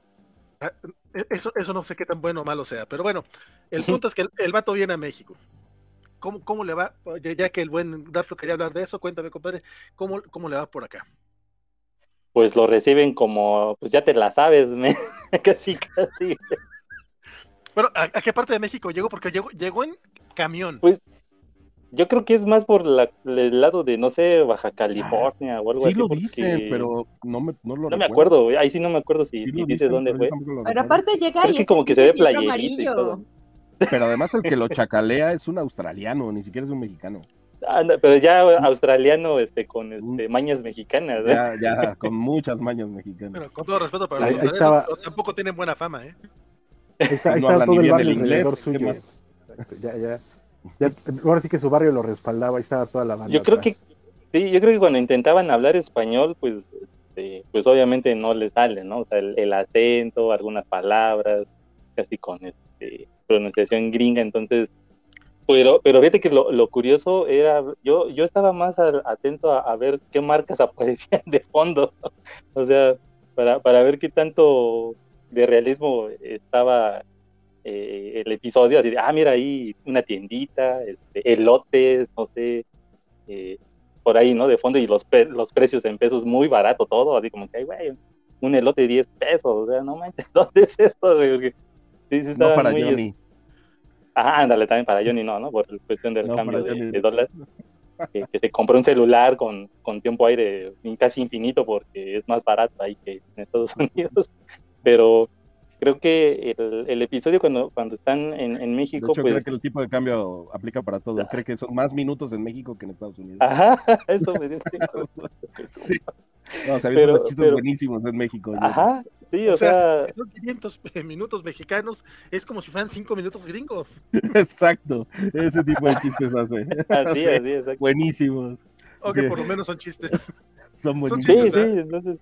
Eso no sé qué tan bueno o malo sea, pero bueno, el punto es que el vato viene a México. ¿Cómo le va? Ya que el buen Darflo quería hablar de eso, cuéntame, compadre, ¿cómo le va por acá? Pues lo reciben como, pues ya te la sabes, casi. Bueno, ¿a qué parte de México llegó? Porque llegó en camión. Pues yo creo que es más por el lado de, no sé, Baja California o algo sí así. Sí lo dicen, pero no me me acuerdo, güey. Ahí sí no me acuerdo si sí dice dónde fue. Pero aparte llega pero y es que como que se ve playerito amarillo. y todo. Pero además el que lo chacalea es un australiano, ni siquiera es un mexicano. Pero ya australiano con mañas mexicanas. Ya con muchas mañas mexicanas. Bueno, con todo respeto para los australianos, tampoco tienen buena fama, ¿eh? Ahí está todo el barrio alrededor suyo. Ya, ahora sí que su barrio lo respaldaba, ahí estaba toda la banda. Yo creo que cuando intentaban hablar español, pues obviamente no les sale, ¿no? O sea, el acento, algunas palabras, casi con pronunciación gringa, entonces, pero fíjate que lo curioso era, yo estaba más atento a ver qué marcas aparecían de fondo, o sea, para ver qué tanto de realismo estaba el episodio, así de, mira ahí una tiendita, elotes, no sé, por ahí, ¿no? De fondo, y los precios en pesos muy barato todo, así como que, güey, un elote de 10 pesos, o sea, no manches, ¿dónde es esto, güey? Porque sí no para muy Johnny. Ándale, también para Johnny no, por la cuestión del cambio de dólar. Que se compró un celular con tiempo aire casi infinito porque es más barato ahí que en Estados Unidos, pero creo que el episodio cuando están en México, de hecho, pues... creo que el tipo de cambio aplica para todo. Creo que son más minutos en México que en Estados Unidos. Ajá, eso me dio. Sí. No, o sea, había unos chistes buenísimos en México. Ajá, sí, o sea, si son 500 minutos mexicanos, es como si fueran 5 minutos gringos. Exacto, ese tipo de chistes hace. Así, exacto. Buenísimos. Ok, sí. Por lo menos son chistes. Son buenísimos. Sí, entonces...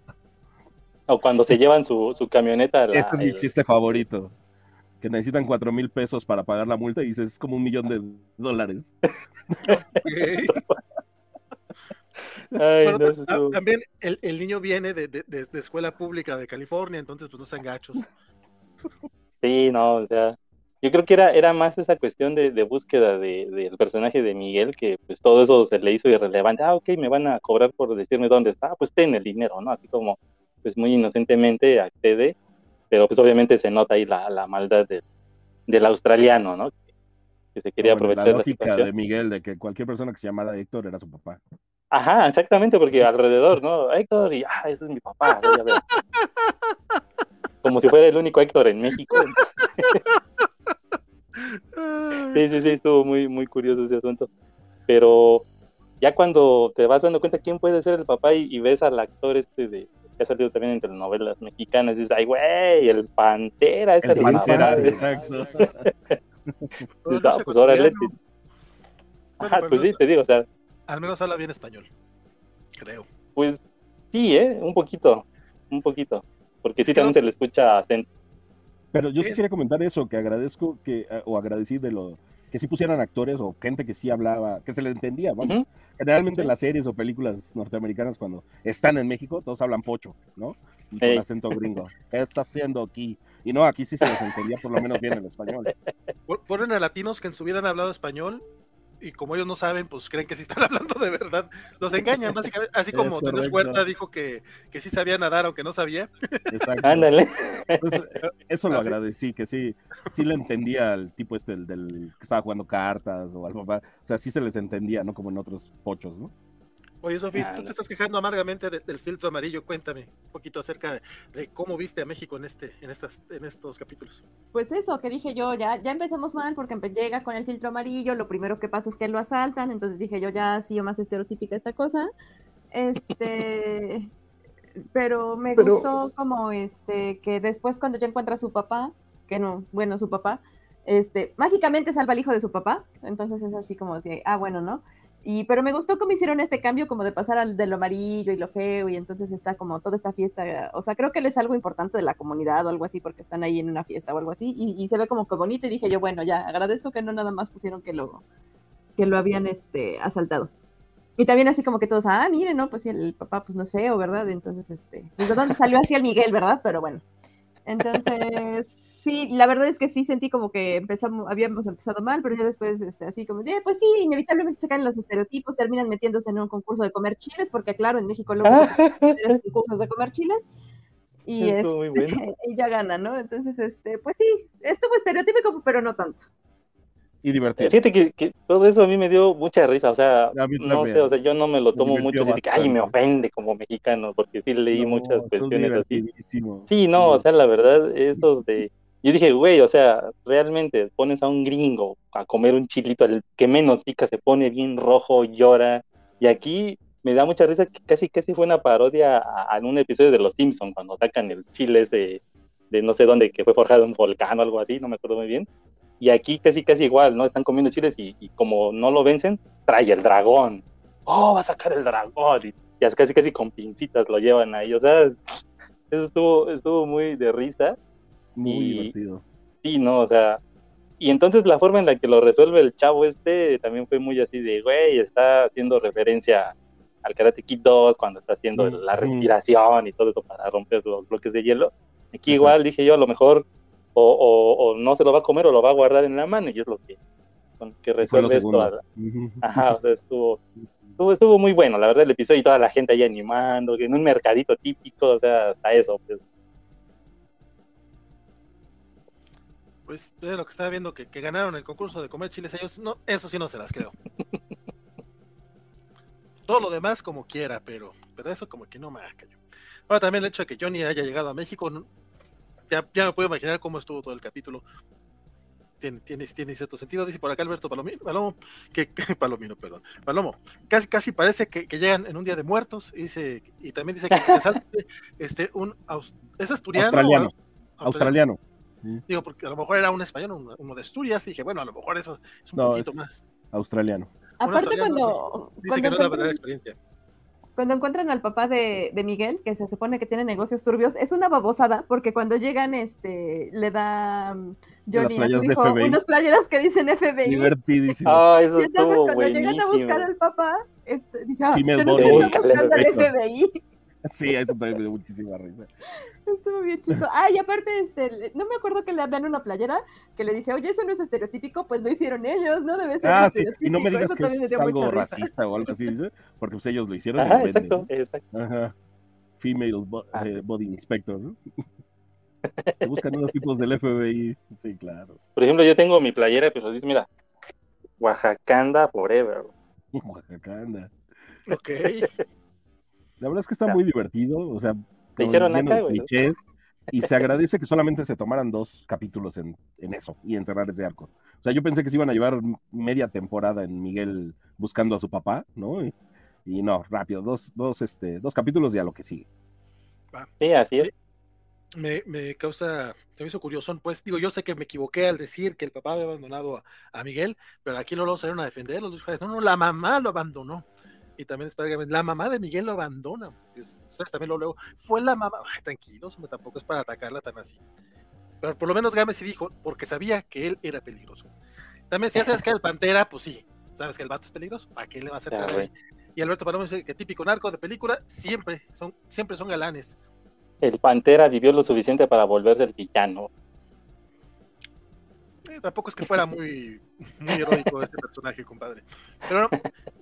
O cuando se llevan su camioneta. Este es mi chiste favorito. Que necesitan 4,000 pesos para pagar la multa y dices, es como $1,000,000. Okay. Ay, bueno, no, también el niño viene de escuela pública de California, entonces pues no sean gachos. Sí, no, o sea, yo creo que era más esa cuestión de búsqueda del personaje de Miguel, que pues todo eso se le hizo irrelevante. Ok, me van a cobrar por decirme dónde está, pues ten el dinero, ¿no? Así como pues muy inocentemente accede, pero pues obviamente se nota ahí la maldad del australiano, ¿no? Que se quería aprovechar la lógica situación de Miguel de que cualquier persona que se llamara Héctor era su papá. Ajá, exactamente, porque alrededor, ¿no? Héctor y, ese es mi papá, ya ves. Como si fuera el único Héctor en México. Sí, estuvo muy, muy curioso ese asunto. Pero ya cuando te vas dando cuenta quién puede ser el papá y ves al actor que ha salido también en telenovelas mexicanas, dices, ay, güey, el Pantera, el Pantera, exacto. Dices, pues órale. Ajá, pues sí, te digo, o sea. Al menos habla bien español, creo. Pues sí, un poquito, porque sí también se le escucha acento. Pero yo sí quería comentar eso, que agradezco agradecí de lo que sí pusieran actores o gente que sí hablaba, que se le entendía, vamos. Uh-huh. Generalmente en las series o películas norteamericanas cuando están en México, todos hablan pocho, ¿no? Y con acento gringo. ¿Qué está haciendo aquí? Y no, aquí sí se les entendía por lo menos bien el español. Ponen a latinos que en su vida han hablado español y como ellos no saben, pues creen que sí están hablando de verdad. Los engañan, básicamente. Así como Tenoch Huerta dijo que sí sabía nadar, aunque no sabía. Exacto. Ándale. Entonces, eso lo agradecí, que sí le entendía al tipo del que estaba jugando cartas o al papá. O sea, sí se les entendía, ¿no? Como en otros pochos, ¿no? Oye, Sofía, tú te estás quejando amargamente del filtro amarillo. Cuéntame un poquito acerca de cómo viste a México en estos capítulos. Pues eso, que dije yo, ya empecemos mal porque llega con el filtro amarillo, lo primero que pasa es que lo asaltan, entonces dije yo, ya ha sido más estereotípica esta cosa. Pero me gustó como que después cuando ya encuentra a su papá, su papá, Mágicamente salva al hijo de su papá, entonces es así como de, bueno, ¿no? Pero me gustó cómo hicieron este cambio como de pasar de lo amarillo y lo feo, y entonces está como toda esta fiesta, o sea, creo que él es algo importante de la comunidad o algo así, porque están ahí en una fiesta o algo así, y se ve como que bonito, y dije yo, bueno, ya, agradezco que no nada más pusieron que lo habían asaltado. Y también así como que todos, miren, no, pues sí, el papá pues no es feo, ¿verdad? Entonces, pues de dónde salió así el Miguel, ¿verdad? Pero bueno, entonces... Sí, la verdad es que sí sentí como que habíamos empezado mal, pero ya después así como pues sí, inevitablemente se caen los estereotipos, terminan metiéndose en un concurso de comer chiles, porque claro, en México luego hay concursos de comer chiles, y, Muy bueno. y ya gana, ¿no? Entonces, pues sí, estuvo estereotípico, pero no tanto. Y divertido. Fíjate que todo eso a mí me dio mucha risa, o sea, A mí no sé, también. o sea, yo no me lo Me tomo divirtió mucho, así de que, ay, me bastante. ofende como mexicano, porque sí leí muchas No, son cuestiones así. divertidísimos. Sí, no, o sea, la verdad, esos de... Yo dije, güey, o sea, realmente pones a un gringo a comer un chilito, el que menos pica se pone bien rojo, llora, y aquí me da mucha risa que casi fue una parodia a un episodio de Los Simpsons, cuando sacan el chile ese de no sé dónde, que fue forjado en un volcán o algo así, no me acuerdo muy bien. Y aquí casi igual, ¿no? Están comiendo chiles y como no lo vencen, trae el dragón. Oh, va a sacar el dragón. Y ya casi con pincitas lo llevan ahí. O sea, eso estuvo muy de risa. Muy divertido. Sí, no, o sea, y entonces la forma en la que lo resuelve el chavo también fue muy así de, güey, está haciendo referencia al Karate Kid 2 cuando está haciendo la respiración y todo eso para romper los bloques de hielo. Aquí igual dije yo, a lo mejor o no se lo va a comer o lo va a guardar en la mano, y es lo que resuelve esto. Ajá, o sea, estuvo muy bueno, la verdad, el episodio, y toda la gente ahí animando, en un mercadito típico, o sea, hasta eso, Pues de lo que estaba viendo, que ganaron el concurso de comer chiles ellos, no, eso sí no se las creo. Todo lo demás como quiera, pero eso como que no me cayó. Ahora también el hecho de que Johnny haya llegado a México, ya me puedo imaginar cómo estuvo todo el capítulo. Tiene cierto sentido, dice por acá Alberto Palomo, Palomo, casi parece que llegan en un día de muertos, y también dice que salte es asturiano. Australiano. Digo, porque a lo mejor era un español, uno de Asturias, y dije, bueno, a lo mejor eso es un poquito más. Australiano. Aparte cuando dice que no es la verdadera experiencia. Cuando encuentran al papá de Miguel, que se supone que tiene negocios turbios, es una babosada, porque cuando llegan, le da Johnny a su hijo unas playeras que dicen FBI. Divertidísimo. Eso y entonces cuando buenísimo. llegan a buscar al papá, dice, Female no está buscando al FBI. Sí, eso también me dio muchísima risa. Estuvo bien chido. Y aparte, no me acuerdo que le dan una playera que le dice, oye, eso no es estereotípico, pues lo hicieron ellos, ¿no? Debe ser estereotípico. Sí. Y no me digas eso que es algo racista o algo así, ¿sí? Porque pues ellos lo hicieron. Ajá, exacto. Ajá. Female Body Inspector, ¿no? Se buscan unos tipos del FBI. Sí, claro. Por ejemplo, yo tengo mi playera, pero dice, mira, Oaxacanda Forever. Oaxacanda. Ok. La verdad es que está muy divertido, o sea, Te hicieron acá, güey. Clichés, y se agradece que solamente se tomaran 2 capítulos en eso y en cerrar ese arco. O sea, yo pensé que se iban a llevar media temporada en Miguel buscando a su papá, ¿no? Y no, rápido, dos capítulos y a lo que sigue. Sí, así es. Se me hizo curioso, pues digo, yo sé que me equivoqué al decir que el papá había abandonado a Miguel, pero aquí lo salieron a defender los dos. No, la mamá lo abandonó. Y también la mamá de Miguel lo abandona. Ustedes también luego, fue la mamá. Ay, tranquilos, tampoco es para atacarla tan así. Pero por lo menos Gámez sí dijo, porque sabía que él era peligroso. También si ya sabes que el Pantera, pues sí, sabes que el vato es peligroso, ¿para qué le va a hacer ahí? Y Alberto Palomo dice que típico narco de película, siempre son galanes. El Pantera vivió lo suficiente para volverse el villano. Tampoco es que fuera muy heroico este personaje, compadre. Pero no,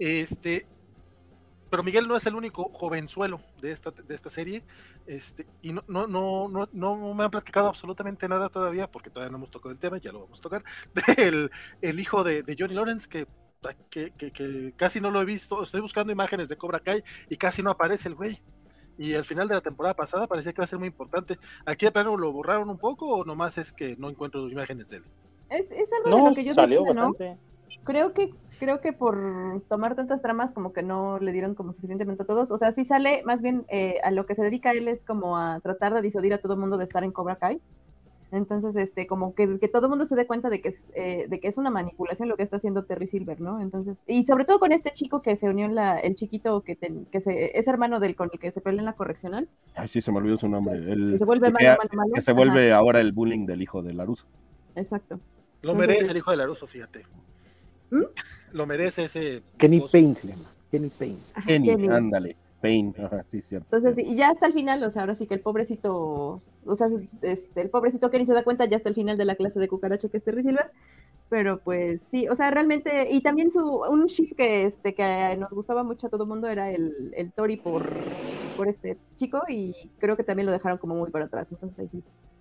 pero Miguel no es el único jovenzuelo de esta serie, y no me han platicado absolutamente nada todavía, porque todavía no hemos tocado el tema, ya lo vamos a tocar, el hijo de Johnny Lawrence, que casi no lo he visto. Estoy buscando imágenes de Cobra Kai y casi no aparece el güey. Y al final de la temporada pasada parecía que iba a ser muy importante. ¿Aquí de plano lo borraron un poco o nomás es que no encuentro imágenes de él? Es algo de lo que yo salió decía, bastante. ¿no? Creo que por tomar tantas tramas como que no le dieron como suficientemente a todos. O sea, sí sale más bien a lo que se dedica él es como a tratar de disuadir a todo el mundo de estar en Cobra Kai. Entonces, como que todo el mundo se dé cuenta de que es una manipulación lo que está haciendo Terry Silver, ¿no? Entonces, y sobre todo con este chico que se unió el chiquito es hermano con el que se pelea en la correccional. Ay, sí, se me olvidó su nombre. Que se vuelve malo. Que se vuelve ahora el bullying del hijo de Laruso. Exacto. Lo merece el hijo de Laruso, fíjate. ¿Mm? Lo merece ese... Kenny Payne se llama. Kenny Payne. Kenny, ándale. Payne, sí, cierto. Entonces, y ya hasta el final, o sea, ahora sí que el pobrecito, o sea, el pobrecito Kenny se da cuenta ya hasta el final de la clase de cucaracha que es Terry Silver, pero pues sí, o sea, realmente, y también un ship que nos gustaba mucho a todo el mundo era el Tori por este chico, y creo que también lo dejaron como muy para atrás, entonces ahí sí.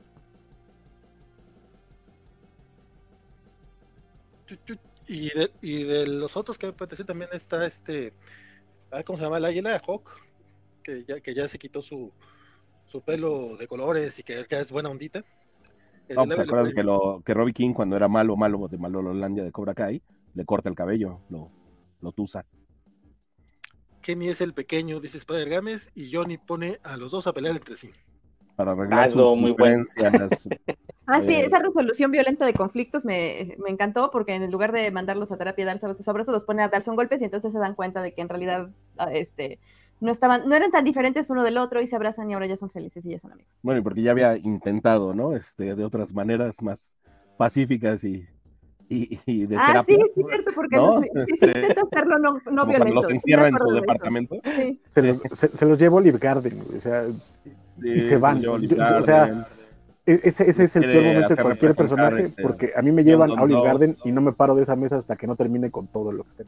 Y de los otros que me parece también está ¿cómo se llama? El águila, Hawk, que ya se quitó su pelo de colores y que ya es buena ondita. No, pues, ¿se acuerdan que Robbie King, cuando era malo de Malololandia de Cobra Kai, le corta el cabello, lo tusa? Kenny es el pequeño, dice Spider Games, y Johnny pone a los dos a pelear entre sí. Para arreglar sus diferencias. Sí, esa resolución violenta de conflictos me encantó, porque en lugar de mandarlos a terapia y darse abrazos, los pone a darse un golpes, y entonces se dan cuenta de que en realidad no eran tan diferentes uno del otro, y se abrazan y ahora ya son felices y ya son amigos. Bueno, y porque ya había intentado, ¿no? De otras maneras más pacíficas y de terapia. Sí, es cierto, porque ¿no? sí intenta hacerlo no violento. Cuando los encierra en su departamento. Sí. Se los lleva Olive Garden, o sea, y se van. O sea, ese es el peor momento de cualquier personaje, porque a mí me llevan a Olive Garden y no me paro de esa mesa hasta que no termine con todo lo que esté.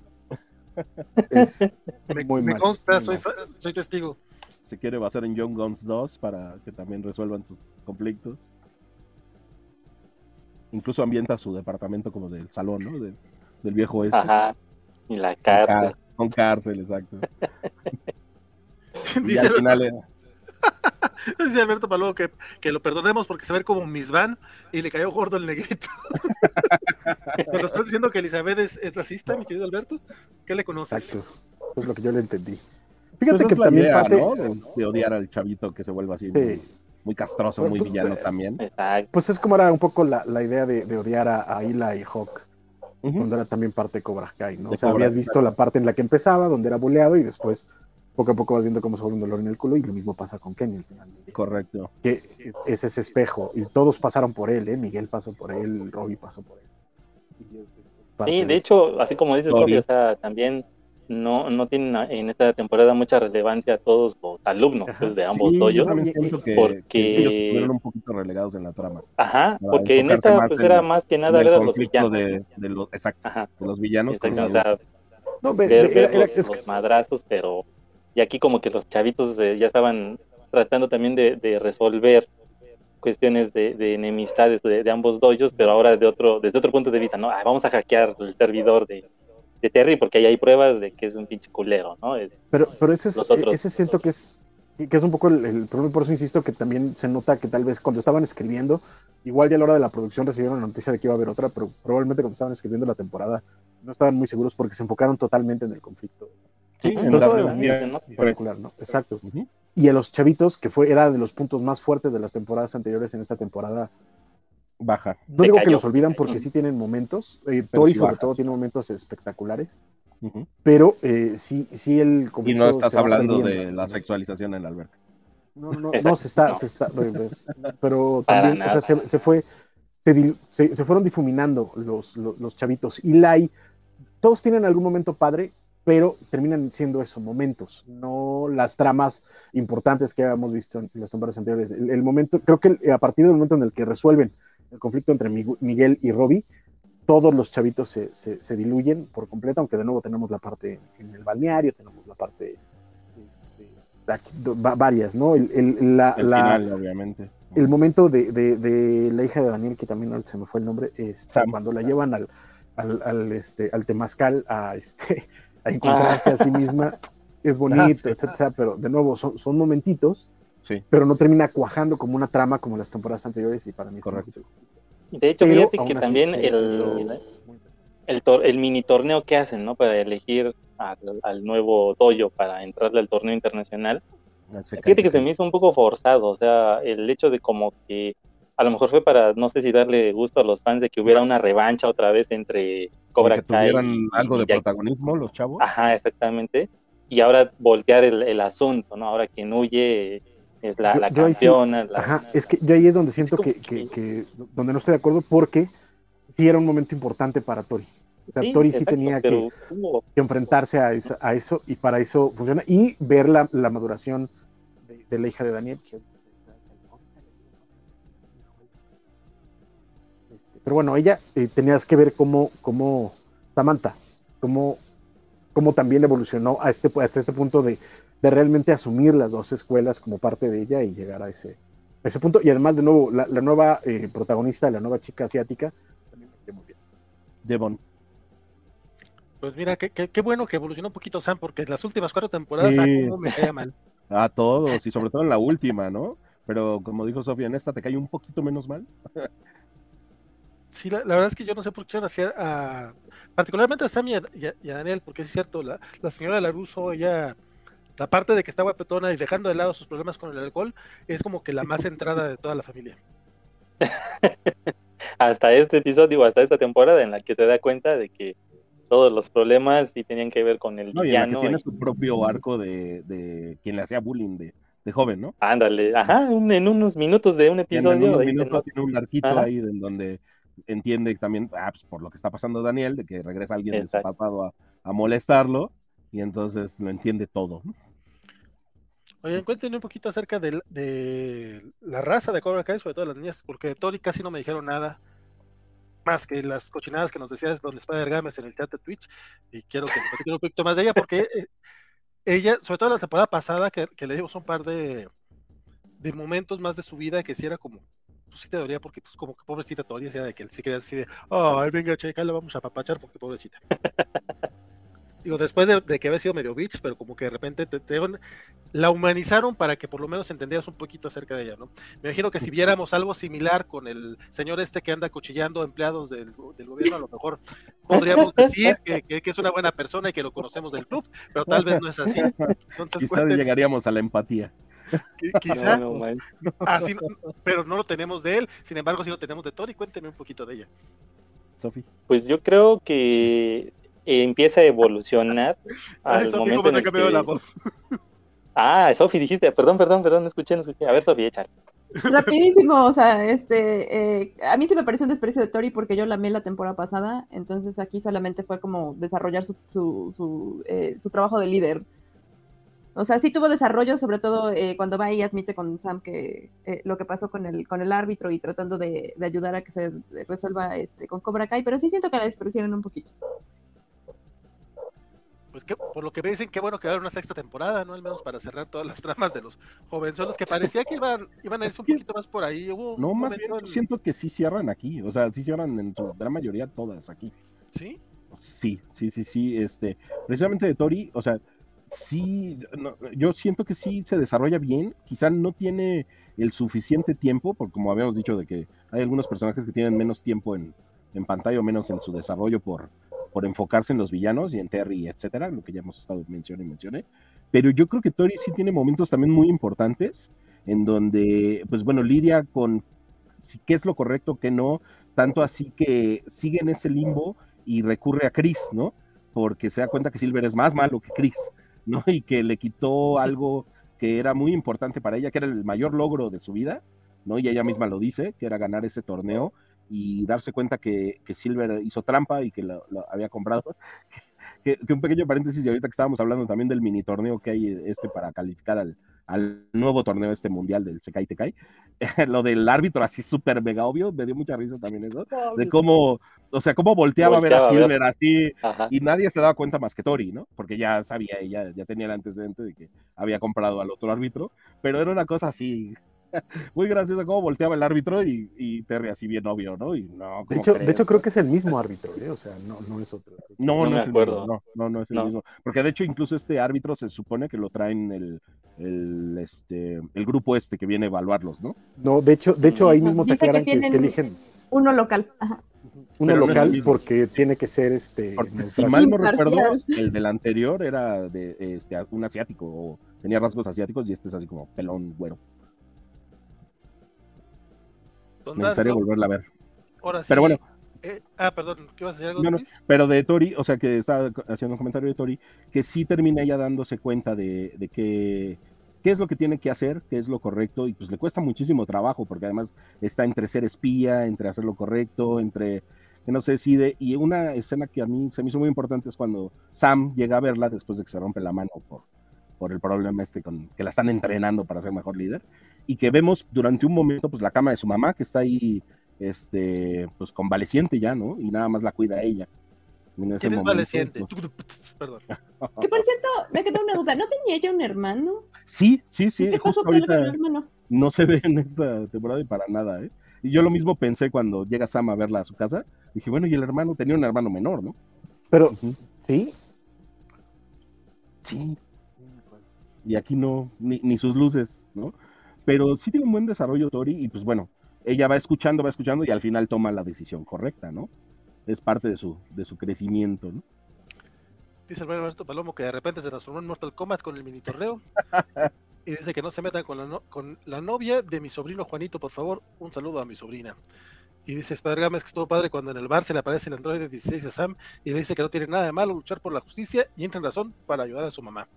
Me consta, soy testigo. Se quiere basar en Young Guns 2 para que también resuelvan sus conflictos. Incluso ambienta su departamento como del salón, ¿no? Del viejo oeste. Ajá, y la cárcel. Con cárcel, exacto. Dice, al final, dice Alberto Palou que lo perdonemos porque se ve como Miss Van y le cayó gordo el negrito. ¿Se lo estás diciendo que Elizabeth es racista, mi querido Alberto? ¿Qué le conoces? Exacto, eso es lo que yo le entendí. Fíjate pues que también idea, parte... ¿no? De odiar al chavito que se vuelva así muy castroso, muy villano también. Pues es como era un poco la idea de odiar a Hila y Hawk, cuando era también parte de Cobra Kai, ¿no? O sea, habías visto la parte en la que empezaba, donde era buleado, y después poco a poco vas viendo cómo se vuelve un dolor en el culo, y lo mismo pasa con Kenny al final. Correcto. Que es ese espejo, y todos pasaron por él, Miguel pasó por él, Robbie pasó por él. Sí, de hecho, así como dices, Robbie, o sea, también no tienen en esta temporada mucha relevancia a todos los alumnos de ambos dojos. Yo también siento que ellos estuvieron un poquito relegados en la trama. Ajá, porque en esta pues era más que nada ver los villanos. Exacto, de los villanos. Ver los madrazos, pero y aquí como que los chavitos ya estaban tratando también de resolver cuestiones de enemistades de ambos dojos, pero ahora desde otro punto de vista, ¿no? Vamos a hackear el servidor de Terry porque ahí hay pruebas de que es un pinche culero, ¿no? Pero ese siento que es un poco el problema, por eso insisto que también se nota que tal vez cuando estaban escribiendo, igual ya a la hora de la producción recibieron la noticia de que iba a haber otra, pero probablemente cuando estaban escribiendo la temporada no estaban muy seguros porque se enfocaron totalmente en el conflicto. Sí, en la particular, ¿no? Exacto. Y a los chavitos, que era de los puntos más fuertes de las temporadas anteriores, en esta temporada baja. No digo que los olvidan porque sí tienen momentos, Tori sobre todo tiene momentos espectaculares, pero sí el conflicto. Y no estás hablando de la sexualización en la alberca. No se está, pero también, o sea, se fueron difuminando los chavitos. Y todos tienen algún momento padre, pero terminan siendo eso, momentos, no las tramas importantes que habíamos visto en las temporadas anteriores. El momento, creo que a partir del momento en el que resuelven el conflicto entre Miguel y Robbie, todos los chavitos se diluyen por completo, aunque de nuevo tenemos la parte en el balneario, tenemos la parte varias, ¿no? El final, obviamente. El momento de la hija de Daniel, que también se me fue el nombre, cuando la llevan al temazcal a encontrarse a sí misma, es bonito, etcétera, pero de nuevo son momentitos, pero no termina cuajando como una trama como las temporadas anteriores, y para mí correcto. De hecho, fíjate que también el mini torneo que hacen, ¿no? Para elegir al nuevo dojo para entrarle al torneo internacional. Fíjate que se me hizo un poco forzado, o sea, el hecho de como que a lo mejor fue para, no sé si darle gusto a los fans de que hubiera una revancha otra vez entre Cobra que Kai tuvieran algo de Jackie. protagonismo los chavos. Ajá, exactamente. Y ahora voltear el asunto, ¿no? Ahora quien huye es la campeona. Sí, es que yo ahí es donde siento que donde no estoy de acuerdo, porque sí era un momento importante para Tori. O sea, Tori sí tenía que enfrentarse a eso, y para eso funciona. Y ver la maduración de la hija de Daniel. Pero bueno, ella tenías que ver cómo Samantha, cómo también evolucionó hasta este punto de realmente asumir las dos escuelas como parte de ella y llegar a ese punto. Y además, de nuevo, la nueva protagonista, la nueva chica asiática, también me quedó muy bien. Devon. Pues mira, qué bueno que evolucionó un poquito Sam, porque en las últimas 4 temporadas como me caía mal. A todos, y sobre todo en la última, ¿no? Pero como dijo Sofía, en esta te cae un poquito menos mal. Sí, la verdad es que yo no sé por qué hacían particularmente a Sam y a Daniel, porque es cierto, la señora Laruso, ella, la parte de que está guapetona y dejando de lado sus problemas con el alcohol, es como que la más centrada de toda la familia. Hasta este episodio, hasta esta temporada en la que se da cuenta de que todos los problemas sí tenían que ver con el villano. Y en la que tiene su propio arco de quien le hacía bullying de joven, ¿no? Ándale, en unos minutos de un episodio. En unos minutos tiene un arquito ahí en donde entiende también, pues, por lo que está pasando Daniel, de que regresa alguien de su pasado a molestarlo, y entonces lo entiende todo, ¿no? Oye, cuéntenme un poquito acerca de la raza de Cobra Kai, sobre todo las niñas, porque de Tori casi no me dijeron nada, más que las cochinadas que nos decías Don Spider Games en el chat de Twitch, y quiero que me platiquen un poquito más de ella, porque ella, sobre todo la temporada pasada, que le dimos un par de momentos más de su vida, que sí era como, pues sí te dolía, porque pues como que pobrecita Tori, decía de que sí quería así de, venga, checa, la vamos a apapachar, porque pobrecita. Digo, después de que había sido medio bitch, pero como que de repente la humanizaron para que por lo menos entendieras un poquito acerca de ella, ¿no? Me imagino que si viéramos algo similar con el señor que anda cuchillando empleados del gobierno, a lo mejor podríamos decir que es una buena persona y que lo conocemos del club, pero tal vez no es así. Entonces, quizás llegaríamos a la empatía. Quizá, así, pero no lo tenemos de él, sin embargo sí lo tenemos de Tori. Cuénteme un poquito de ella. Sofi. Pues yo creo que empieza a evolucionar al Sofi, momento ¿cómo te ha cambiado la voz? Sofi, dijiste, perdón, no escuché. A ver, Sofi, échale. Rapidísimo, o sea, a mí se me pareció un desprecio de Tori porque yo la amé la temporada pasada, entonces aquí solamente fue como desarrollar su trabajo de líder. O sea, sí tuvo desarrollo, sobre todo cuando va y admite con Sam que lo que pasó con el árbitro y tratando de ayudar a que se resuelva con Cobra Kai, pero sí siento que la despreciaron un poquito. Pues que, por lo que me dicen, qué bueno que va a haber una 6ª temporada, ¿no? Al menos para cerrar todas las tramas de los jovenzuelos, que parecía que iban a irse un poquito más por ahí. No, más bien siento que sí cierran aquí, o sea, sí cierran en su gran mayoría todas aquí. ¿Sí? Sí, precisamente de Tori, o sea, sí, no, yo siento que sí se desarrolla bien, quizá no tiene el suficiente tiempo, porque como habíamos dicho de que hay algunos personajes que tienen menos tiempo en pantalla o menos en su desarrollo por enfocarse en los villanos y en Terry, etcétera, lo que ya hemos estado mencioné, pero yo creo que Tori sí tiene momentos también muy importantes en donde, pues bueno, lidia con qué es lo correcto, qué no, tanto así que sigue en ese limbo y recurre a Chris, ¿no? Porque se da cuenta que Silver es más malo que Chris, ¿no? Y que le quitó algo que era muy importante para ella, que era el mayor logro de su vida, ¿no? Y ella misma lo dice, que era ganar ese torneo y darse cuenta que Silver hizo trampa y que lo había comprado. Que un pequeño paréntesis, y ahorita que estábamos hablando también del mini torneo que hay para calificar al nuevo torneo mundial del Sekai Tekai, lo del árbitro así súper mega obvio, me dio mucha risa también eso, de cómo, o sea, cómo volteaba a ver a Silver así, y nadie se daba cuenta más que Tori, ¿no? Porque ya sabía, ella ya tenía el antecedente de que había comprado al otro árbitro, pero era una cosa así muy graciosa cómo volteaba el árbitro y Terry así bien obvio, ¿no? Y no, de hecho creo que es el mismo árbitro, o sea, no es otro. No es el mismo, no es el mismo. Porque de hecho incluso este árbitro se supone que lo traen el grupo que viene a evaluarlos, ¿no? No, de hecho ahí mismo te aclaran que eligen uno local. Ajá. Uno local porque tiene que ser porque si mal no recuerdo, el del anterior era de un asiático o tenía rasgos asiáticos y este es así como pelón güero. Don Me gustaría Darko, volverla a ver. ahora sí. Pero bueno. Perdón, ¿qué vas a decir algo, No, Luis? pero de Tori, o sea, que estaba haciendo un comentario de Tori, que sí termina ella dándose cuenta de que qué es lo que tiene que hacer, qué es lo correcto, y pues le cuesta muchísimo trabajo, porque además está entre ser espía, entre hacer lo correcto, entre que no se decide, y una escena que a mí se me hizo muy importante es cuando Sam llega a verla después de que se rompe la mano por el problema con que la están entrenando para ser mejor líder, y que vemos durante un momento pues la cama de su mamá que está ahí pues convaleciente ya, ¿no? Y nada más la cuida a ella. En ese ¿Quién es momento, valeciente? pues, Perdón. Que por cierto, me quedó una duda. ¿No tenía ella un hermano? sí, ¿Qué pasó justo con el ahorita hermano? no se ve en esta temporada y para nada, ¿eh? Y yo lo mismo pensé cuando llega Sam a verla a su casa. Dije, bueno, y el hermano tenía un hermano menor, ¿no? Pero, Ujú. ¿sí? Sí. Y aquí no, ni sus luces, ¿no? Pero sí tiene un buen desarrollo Tori y pues bueno, ella va escuchando y al final toma la decisión correcta, ¿no? Es parte de su crecimiento, ¿no? Dice el buen Alberto Palomo que de repente se transformó en Mortal Kombat con el mini torneo. Y dice que no se metan con la novia de mi sobrino Juanito, por favor. Un saludo a mi sobrina. Y dice Spider Games que estuvo padre cuando en el bar se le aparece el androide 16 a Sam y le dice que no tiene nada de malo luchar por la justicia y entra en razón para ayudar a su mamá.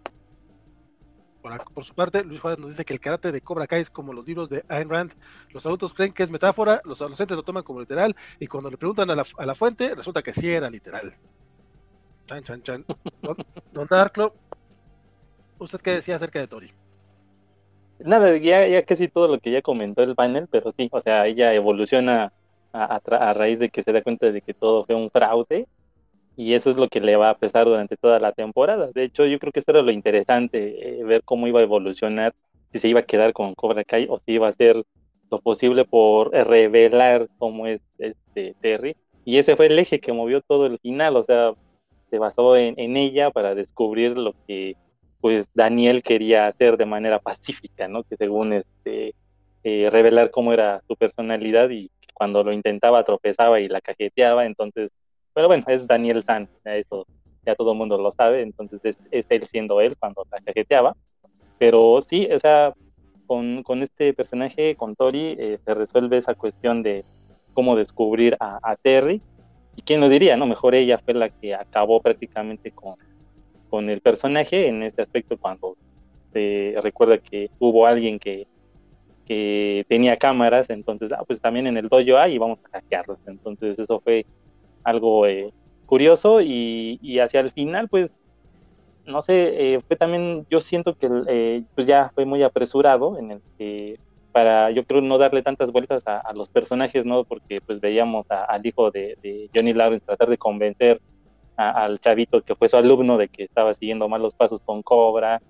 Por su parte, Luis Juárez nos dice que el karate de Cobra Kai es como los libros de Ayn Rand. Los adultos creen que es metáfora, los adolescentes lo toman como literal y cuando le preguntan a la fuente, resulta que sí era literal. Chan, chan, chan. Don Darklo, ¿usted qué decía acerca de Tori? Nada, ya casi todo lo que ya comentó el panel, pero sí, o sea, ella evoluciona a raíz de que se da cuenta de que todo fue un fraude y eso es lo que le va a pesar durante toda la temporada. De hecho, yo creo que esto era lo interesante, ver cómo iba a evolucionar, si se iba a quedar con Cobra Kai o si iba a hacer lo posible por revelar cómo es Terry. Y ese fue el eje que movió todo el final, o sea, se basó en ella para descubrir lo que pues Daniel quería hacer de manera pacífica, ¿no? Que según revelar cómo era su personalidad y cuando lo intentaba tropezaba y la cajeteaba, entonces, pero bueno, es Daniel San, ya eso ya todo el mundo lo sabe, entonces es él siendo él cuando la cajeteaba, pero sí, o sea, con este personaje, con Tori, se resuelve esa cuestión de cómo descubrir a Terry, y quién lo diría, ¿no? Mejor ella fue la que acabó prácticamente con el personaje en este aspecto cuando se recuerda que hubo alguien que tenía cámaras, entonces, pues también en el dojo hay y vamos a hackearlos. Entonces eso fue algo curioso y hacia el final, pues, no sé, fue también, yo siento que pues ya fue muy apresurado en el que para, yo creo, no darle tantas vueltas a los personajes, ¿no? Porque pues veíamos al hijo de Johnny Lawrence tratar de convencer al chavito que fue su alumno de que estaba siguiendo mal los pasos con Cobra,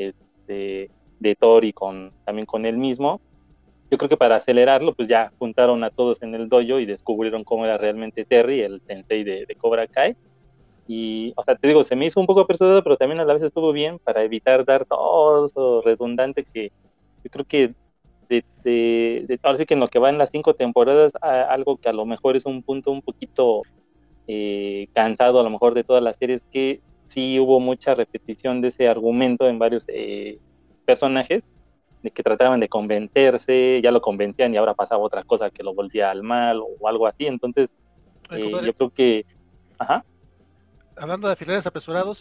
de Tori también con él mismo. Yo creo que para acelerarlo, pues ya juntaron a todos en el dojo y descubrieron cómo era realmente Terry, el sensei de Cobra Kai. Y, o sea, te digo, se me hizo un poco apresurado, pero también a la vez estuvo bien para evitar dar todo eso redundante que yo creo que ahora sí que en lo que va en las 5 temporadas, algo que a lo mejor es un punto un poquito cansado a lo mejor de todas las series, que sí hubo mucha repetición de ese argumento en varios personajes, de que trataban de convencerse, ya lo convencían y ahora pasaba otra cosa que lo volvía al mal o algo así, entonces yo creo que, ajá. Hablando de finales apresurados,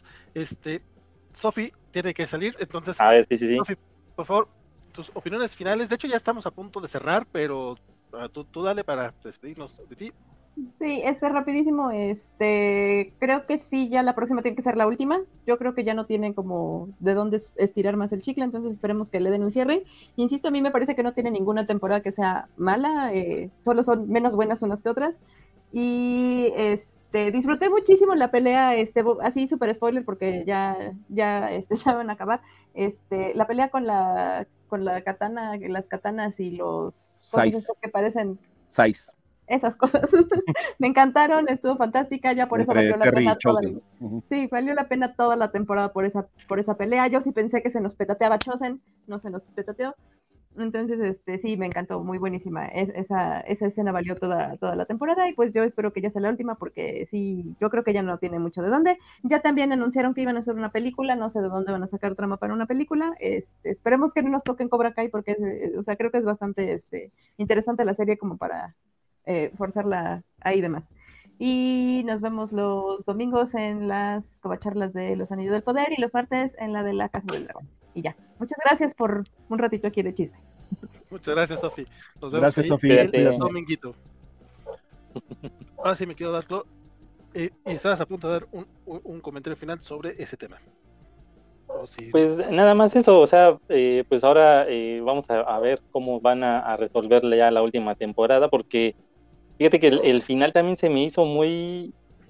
Sofi tiene que salir, entonces, A ver, sí. Sofi, por favor, tus opiniones finales. De hecho, ya estamos a punto de cerrar, pero tú dale para despedirnos de ti. Sí, rapidísimo, creo que sí, ya la próxima tiene que ser la última. Yo creo que ya no tienen como de dónde estirar más el chicle, entonces esperemos que le den un cierre. Insisto, a mí me parece que no tiene ninguna temporada que sea mala, solo son menos buenas unas que otras. Y disfruté muchísimo la pelea, así súper spoiler porque ya van a acabar. La pelea con la katana, las katanas y los cosas estas que parecen esas cosas. Me encantaron, estuvo fantástica, ya por eso valió la pena sí, valió la pena toda la temporada por esa pelea. Yo sí pensé que se nos petateaba Chosen, no se nos petateó. Entonces, sí, me encantó, muy buenísima. Esa escena valió toda la temporada y pues yo espero que ya sea la última porque sí, yo creo que ya no tiene mucho de dónde. Ya también anunciaron que iban a hacer una película, no sé de dónde van a sacar trama para una película. Esperemos que no nos toquen Cobra Kai porque, o sea, creo que es bastante interesante la serie como para forzarla ahí y demás. Y nos vemos los domingos en las covacharlas de Los Anillos del Poder y los martes en la de la Casa del Dragón. Y ya. Muchas gracias por un ratito aquí de chisme. Muchas gracias, Sofi. Nos vemos Gracias, ahí Sofi. el Cuídate. dominguito. Ahora sí me quiero darlo. Y estabas a punto de dar un comentario final sobre ese tema. O si... Pues nada más eso, o sea, pues ahora vamos a ver cómo van a resolverle ya la última temporada, porque fíjate que el final también se me hizo muy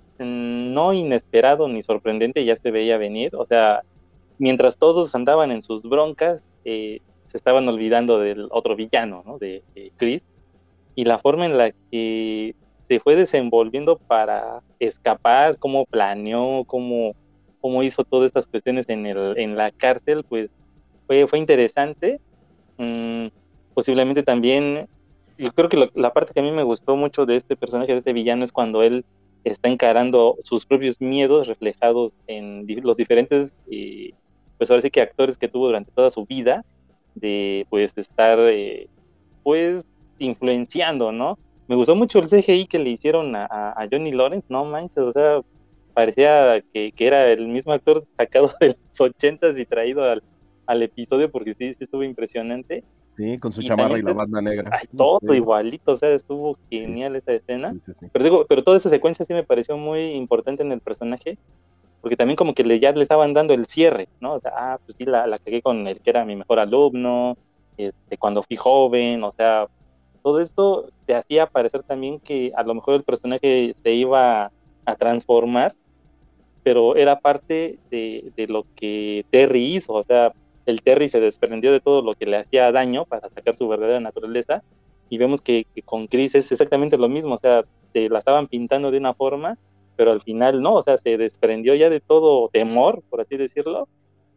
no inesperado ni sorprendente, ya se veía venir, o sea, mientras todos andaban en sus broncas, se estaban olvidando del otro villano, ¿no? De Chris, y la forma en la que se fue desenvolviendo para escapar, cómo planeó, cómo hizo todas estas cuestiones en la cárcel, pues fue interesante. Mm, Posiblemente también, yo creo que la parte que a mí me gustó mucho de este personaje, de este villano, es cuando él está encarando sus propios miedos reflejados en los diferentes, pues ahora sí que actores que tuvo durante toda su vida, de pues estar, pues influenciando, ¿no? Me gustó mucho el CGI que le hicieron a Johnny Lawrence, no manches, o sea, parecía que era el mismo actor sacado de los 80s y traído al episodio, porque sí estuvo impresionante. Sí, con su Y chamarra también, y la banda negra. ay, todo Sí, igualito, o sea, estuvo genial esa escena. sí. Pero toda esa secuencia sí me pareció muy importante en el personaje, porque también como que ya le estaban dando el cierre, ¿no? O sea, pues sí, la cagué con el que era mi mejor alumno, cuando fui joven, o sea, todo esto te hacía parecer también que a lo mejor el personaje se iba a transformar, pero era parte de lo que Terry hizo, o sea, el Terry se desprendió de todo lo que le hacía daño para sacar su verdadera naturaleza, y vemos que con Chris es exactamente lo mismo, o sea, te la estaban pintando de una forma, pero al final no, o sea, se desprendió ya de todo temor, por así decirlo,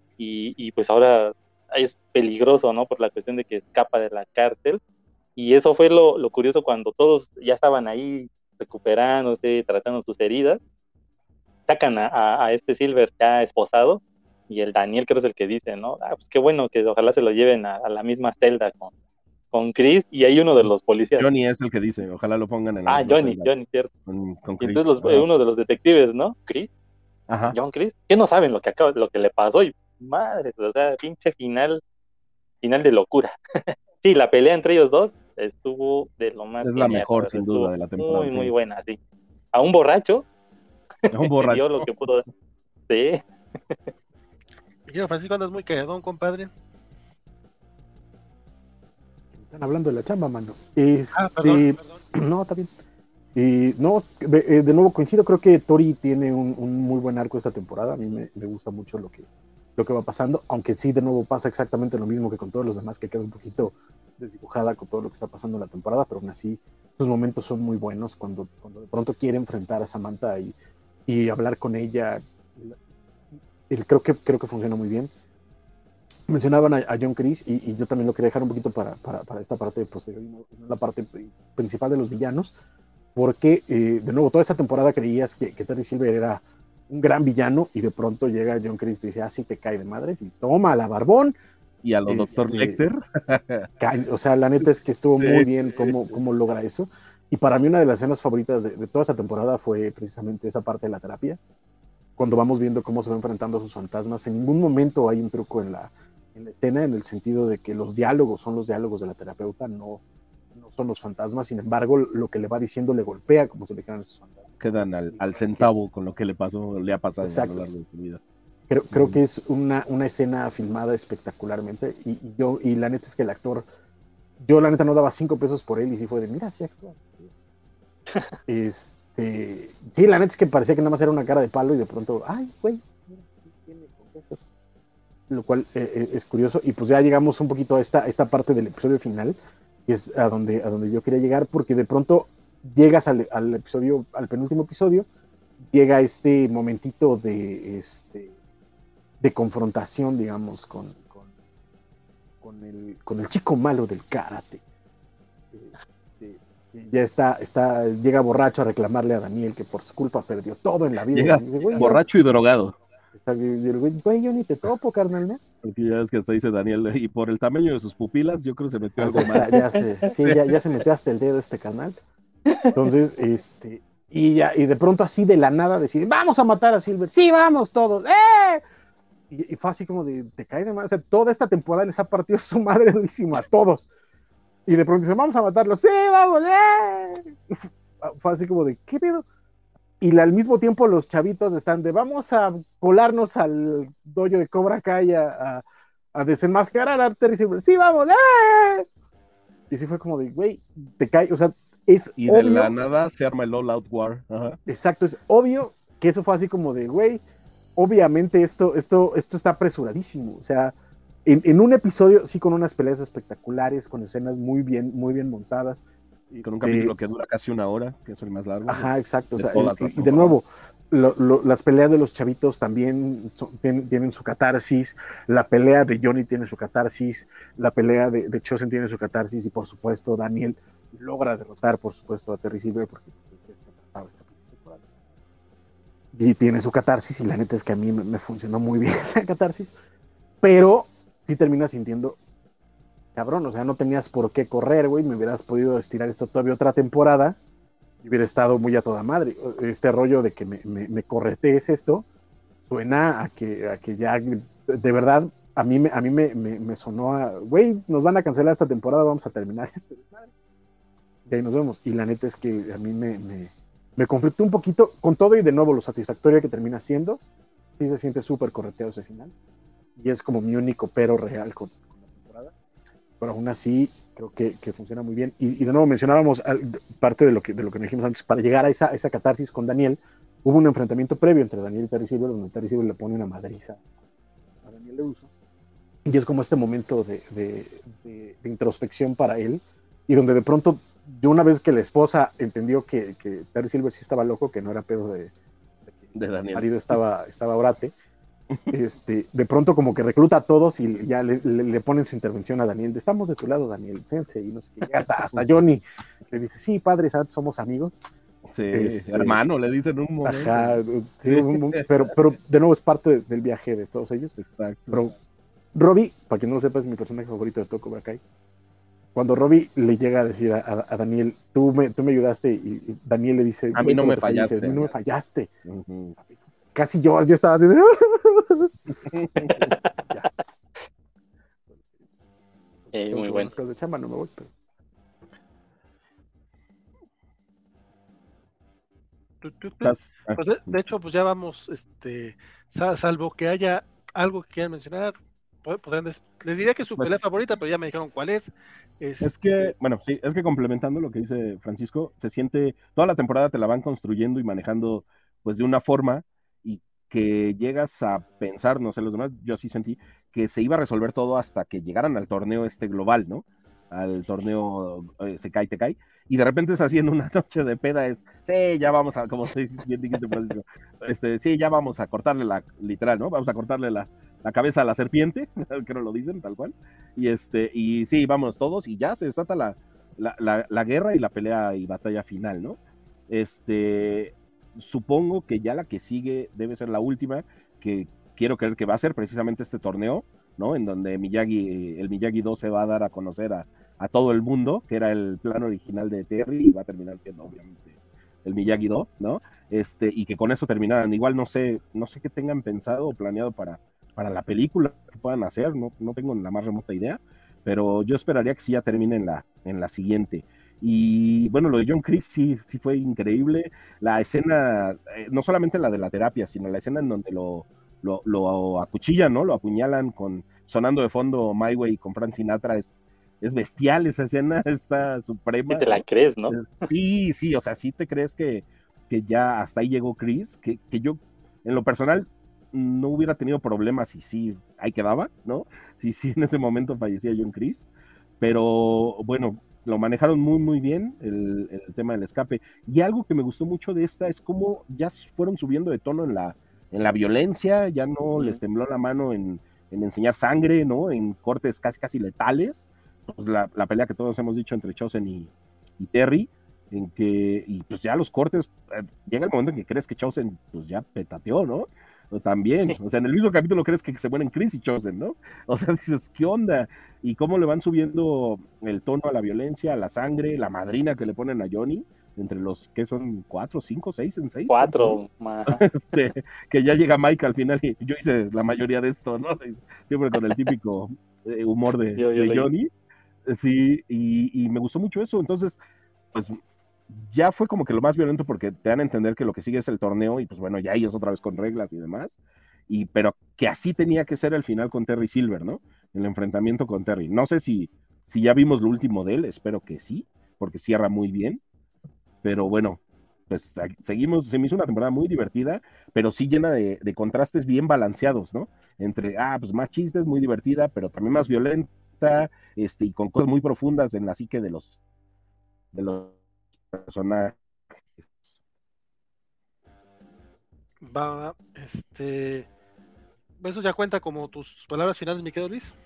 y pues ahora es peligroso, ¿no? Por la cuestión de que escapa de la cárcel, y eso fue lo curioso cuando todos ya estaban ahí recuperándose, tratando sus heridas, sacan a este Silver ya esposado, y el Daniel creo es el que dice, ¿no? Pues qué bueno que ojalá se lo lleven a la misma celda con Chris, y hay uno de los policías. Johnny es el que dice, ojalá lo pongan en la misma Johnny, celda cierto. con Y Chris. entonces uno de los detectives, ¿no? Chris, Ajá. John Chris, que no saben lo que le pasó, y madre, o sea, pinche final de locura. Sí, la pelea entre ellos dos estuvo de lo más Es la genial, mejor, sin duda, de la temporada. muy, sí. muy buena, sí. A un borracho Es un borracho. dio lo que pudo. Sí. Miguel Francisco, andas muy calladón, compadre. Están hablando de la chamba, mano. Perdón. No, está bien. No, de nuevo coincido, creo que Tori tiene un muy buen arco esta temporada. A mí me gusta mucho lo que va pasando, aunque sí, de nuevo pasa exactamente lo mismo que con todos los demás, que queda un poquito desdibujada con todo lo que está pasando en la temporada, pero aún así, sus momentos son muy buenos cuando de pronto quiere enfrentar a Samantha y hablar con ella. Creo que funciona muy bien. Mencionaban a John Chris y yo también lo quería dejar un poquito para esta parte posterior, la parte principal de los villanos, porque de nuevo toda esta temporada creías que Terry Silver era un gran villano y de pronto llega John Chris y dice, sí te cae de madres y toma la barbón. Y a lo Dr. Lecter. O sea, la neta es que estuvo muy bien cómo logra eso. Y para mí una de las escenas favoritas de toda esta temporada fue precisamente esa parte de la terapia, cuando vamos viendo cómo se va enfrentando a sus fantasmas. En ningún momento hay un truco en la escena, en el sentido de que los diálogos son los diálogos de la terapeuta, no son los fantasmas. Sin embargo, lo que le va diciendo le golpea como si le quedaran esos fantasmas. Quedan al centavo con lo que le ha pasado. Exacto. A lo largo de su vida. Creo que es una escena filmada espectacularmente y la neta es que el actor, yo la neta no daba 5 pesos por él y sí fue de, mira, sí actúa. Sí, la neta es que parecía que nada más era una cara de palo y de pronto, ay, güey, mira, sí tiene confesos. Lo cual es curioso. Y pues ya llegamos un poquito a esta parte del episodio final, que es a donde yo quería llegar, porque de pronto llegas al penúltimo episodio, llega este momentito de confrontación, digamos, con con el chico malo del karate. Ya llega borracho a reclamarle a Daniel que por su culpa perdió todo en la vida. Llega dice, borracho y drogado. Güey, yo ni te topo, carnal, ¿no? Porque ya es que hasta dice Daniel, y por el tamaño de sus pupilas, yo creo que se metió algo más. Ya se metió hasta el dedo este canal. Entonces, y de pronto así de la nada decide, vamos a matar a Silver, sí, vamos todos, ¡eh! Y fue así como de, te cae de madre, o sea, toda esta temporada les ha partido su madre durísimo a todos. Y de pronto dicen, vamos a matarlo, sí, vamos, ¡eh! Fue así como de, ¿qué pedo? Y al mismo tiempo los chavitos están de, vamos a colarnos al dojo de Cobra Kai a desenmascarar a Terry Silver, sí, vamos, ¡eh! Y sí fue como de, güey, te cae, o sea, es y obvio, de la nada se arma el All Out War. Ajá. Exacto, es obvio que eso fue así como de, güey, obviamente esto está apresuradísimo, o sea, en un episodio sí con unas peleas espectaculares, con escenas muy bien montadas. Con un capítulo que dura casi 1 hora, que es el más largo. Ajá, exacto, o sea, y de nuevo, las peleas de los chavitos también tienen su catarsis, la pelea de Johnny tiene su catarsis, la pelea de Chosen tiene su catarsis, y por supuesto Daniel logra derrotar, por supuesto, a Terry Silver, porque se trataba esta temporada. Y tiene su catarsis, y la neta es que a mí me funcionó muy bien la catarsis, pero sí termina sintiendo, cabrón, o sea, no tenías por qué correr, güey, me hubieras podido estirar esto todavía otra temporada, y hubiera estado muy a toda madre. Este rollo de que me corretees esto, suena a que ya, de verdad, a mí me sonó a, güey, nos van a cancelar esta temporada, vamos a terminar esto. Y ahí nos vemos. Y la neta es que a mí me conflictó un poquito con todo, y de nuevo lo satisfactorio que termina siendo. Sí se siente súper correteado ese final. Y es como mi único pero real con la temporada. Pero aún así creo que funciona muy bien. Y de nuevo mencionábamos parte de lo que dijimos antes, para llegar a esa catarsis con Daniel, hubo un enfrentamiento previo entre Daniel y Terry Silver, donde Terry Silver le pone una madriza a Daniel Leuso. Y es como este momento de introspección para él, y donde de pronto, de una vez que la esposa entendió que Terry Silver sí estaba loco, que no era pedo de Daniel. El marido estaba orate, de pronto como que recluta a todos y ya le ponen su intervención a Daniel, estamos de tu lado, Daniel, sensei, y no sé qué, hasta Johnny le dice, sí, padre, somos amigos. Sí, hermano, le dicen un momento. Ajá, sí, pero de nuevo es parte del viaje de todos ellos. Exacto. Pero Robbie, para quien no lo sepa, es mi personaje favorito de todo Cobra Kai. Cuando Robbie le llega a decir a Daniel, tú me ayudaste, y Daniel le dice, a mí no me fallaste. A mí no me fallaste. Uh-huh. Casi yo estaba así. Muy bueno. De chamba no me voy, pero... Pues de hecho, pues ya vamos, salvo que haya algo que quieran mencionar, les diría que es su pelea favorita, pero ya me dijeron cuál es. Es que, bueno, sí, es que complementando lo que dice Francisco, se siente, toda la temporada te la van construyendo y manejando pues de una forma, y que llegas a pensar, no sé, los demás, yo sí sentí que se iba a resolver todo hasta que llegaran al torneo global, ¿no? Al torneo Sekai Tekai, y de repente es así en una noche de peda, sí, ya vamos a, como bien dijiste, Francisco, sí, ya vamos a cortarle literal, ¿no? Vamos a cortarle la cabeza a la serpiente, que no lo dicen tal cual, y sí, vamos todos, y ya se desata la guerra y la pelea y batalla final, ¿no? Supongo que ya la que sigue debe ser la última, que quiero creer que va a ser precisamente este torneo, ¿no? En donde el Miyagi 2 se va a dar a conocer a todo el mundo, que era el plan original de Terry, y va a terminar siendo obviamente el Miyagi 2, ¿no? Y que con eso terminaran. Igual no sé qué tengan pensado o planeado para la película que puedan hacer, no tengo la más remota idea, pero yo esperaría que sí ya termine en la siguiente. Y bueno, lo de John Kreese sí fue increíble. La escena, no solamente la de la terapia, sino la escena en donde lo acuchillan, ¿no? Lo apuñalan sonando de fondo My Way con Frank Sinatra, es bestial esa escena, está suprema. Sí te la crees, ¿no? Sí, o sea, sí te crees que ya hasta ahí llegó Chris, que yo, en lo personal, no hubiera tenido problemas si sí, ahí quedaba, ¿no? Si sí, en ese momento fallecía John Kreese, pero bueno, lo manejaron muy, muy bien, el tema del escape. Y algo que me gustó mucho de esta es cómo ya fueron subiendo de tono en la violencia, ya no les tembló la mano en en enseñar sangre, ¿no? En cortes casi letales, pues la pelea que todos hemos dicho entre Chosen y Terry, en que, y pues ya los cortes, llega el momento en que crees que Chosen pues ya petateó, ¿no? O también, o sea, en el mismo capítulo crees que se mueren Chris y Chosen, ¿no? O sea, dices, ¿qué onda? Y cómo le van subiendo el tono a la violencia, a la sangre, la madrina que le ponen a Johnny, entre los que son 4, 5, 6 en 6. 4, que ya llega Mike al final y yo hice la mayoría de esto, ¿no? Siempre con el típico humor de Johnny. Sí, y me gustó mucho eso. Entonces, pues ya fue como que lo más violento porque te dan a entender que lo que sigue es el torneo y pues bueno, ya ellos otra vez con reglas y demás. Pero que así tenía que ser el final con Terry Silver, ¿no? El enfrentamiento con Terry. No sé si ya vimos lo último de él, espero que sí, porque cierra muy bien. Pero bueno, pues seguimos, se me hizo una temporada muy divertida, pero sí llena de contrastes bien balanceados, ¿no? Entre, pues más chistes, muy divertida, pero también más violenta, y con cosas muy profundas en la psique de los personajes. Va, ¿eso ya cuenta como tus palabras finales, mi querido Luis?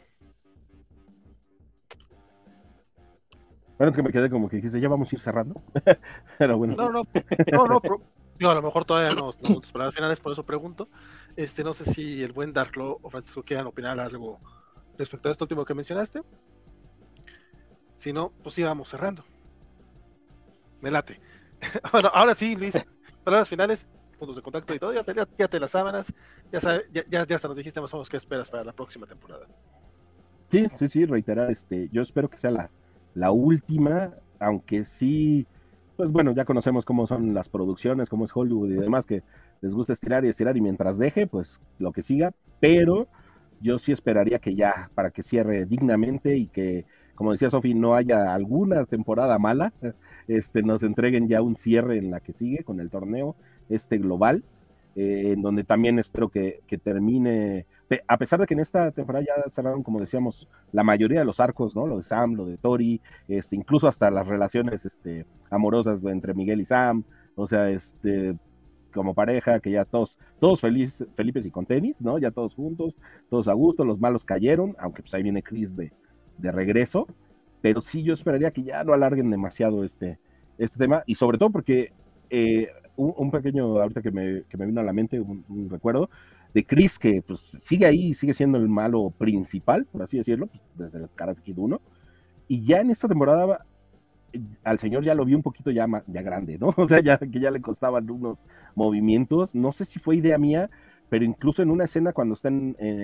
Bueno, es que me quedé como que dijiste, ya vamos a ir cerrando. Pero bueno. No, yo a lo mejor todavía no tus palabras finales, por eso pregunto. No sé si el buen Darklo o Francisco quieran opinar algo respecto a esto último que mencionaste. Si no, pues sí, vamos cerrando. Me late. Bueno, ahora sí, Luis, palabras finales, puntos de contacto y todo, ya te las sábanas, ya hasta nos dijiste más o menos qué esperas para la próxima temporada. Sí, reiterar, yo espero que sea la última, aunque sí, pues bueno, ya conocemos cómo son las producciones, cómo es Hollywood y demás, que les gusta estirar y mientras deje, pues lo que siga, pero yo sí esperaría que ya, para que cierre dignamente y que, como decía Sofi, no haya alguna temporada mala, nos entreguen ya un cierre en la que sigue con el torneo global, en donde también espero que termine, a pesar de que en esta temporada ya cerraron, como decíamos, la mayoría de los arcos, ¿no? Lo de Sam, lo de Tori, incluso hasta las relaciones amorosas entre Miguel y Sam, o sea, como pareja, que ya todos felices y con tenis, ¿no? Ya todos juntos, todos a gusto, los malos cayeron, aunque pues ahí viene Chris de regreso, pero sí yo esperaría que ya no alarguen demasiado este tema, y sobre todo porque un pequeño, ahorita que me vino a la mente, un recuerdo de Chris, que pues sigue ahí, sigue siendo el malo principal, por así decirlo, pues, desde el Karate Kid 1, y ya en esta temporada al señor ya lo vi un poquito ya grande, ¿no? O sea, que ya le costaban unos movimientos, no sé si fue idea mía, pero incluso en una escena cuando está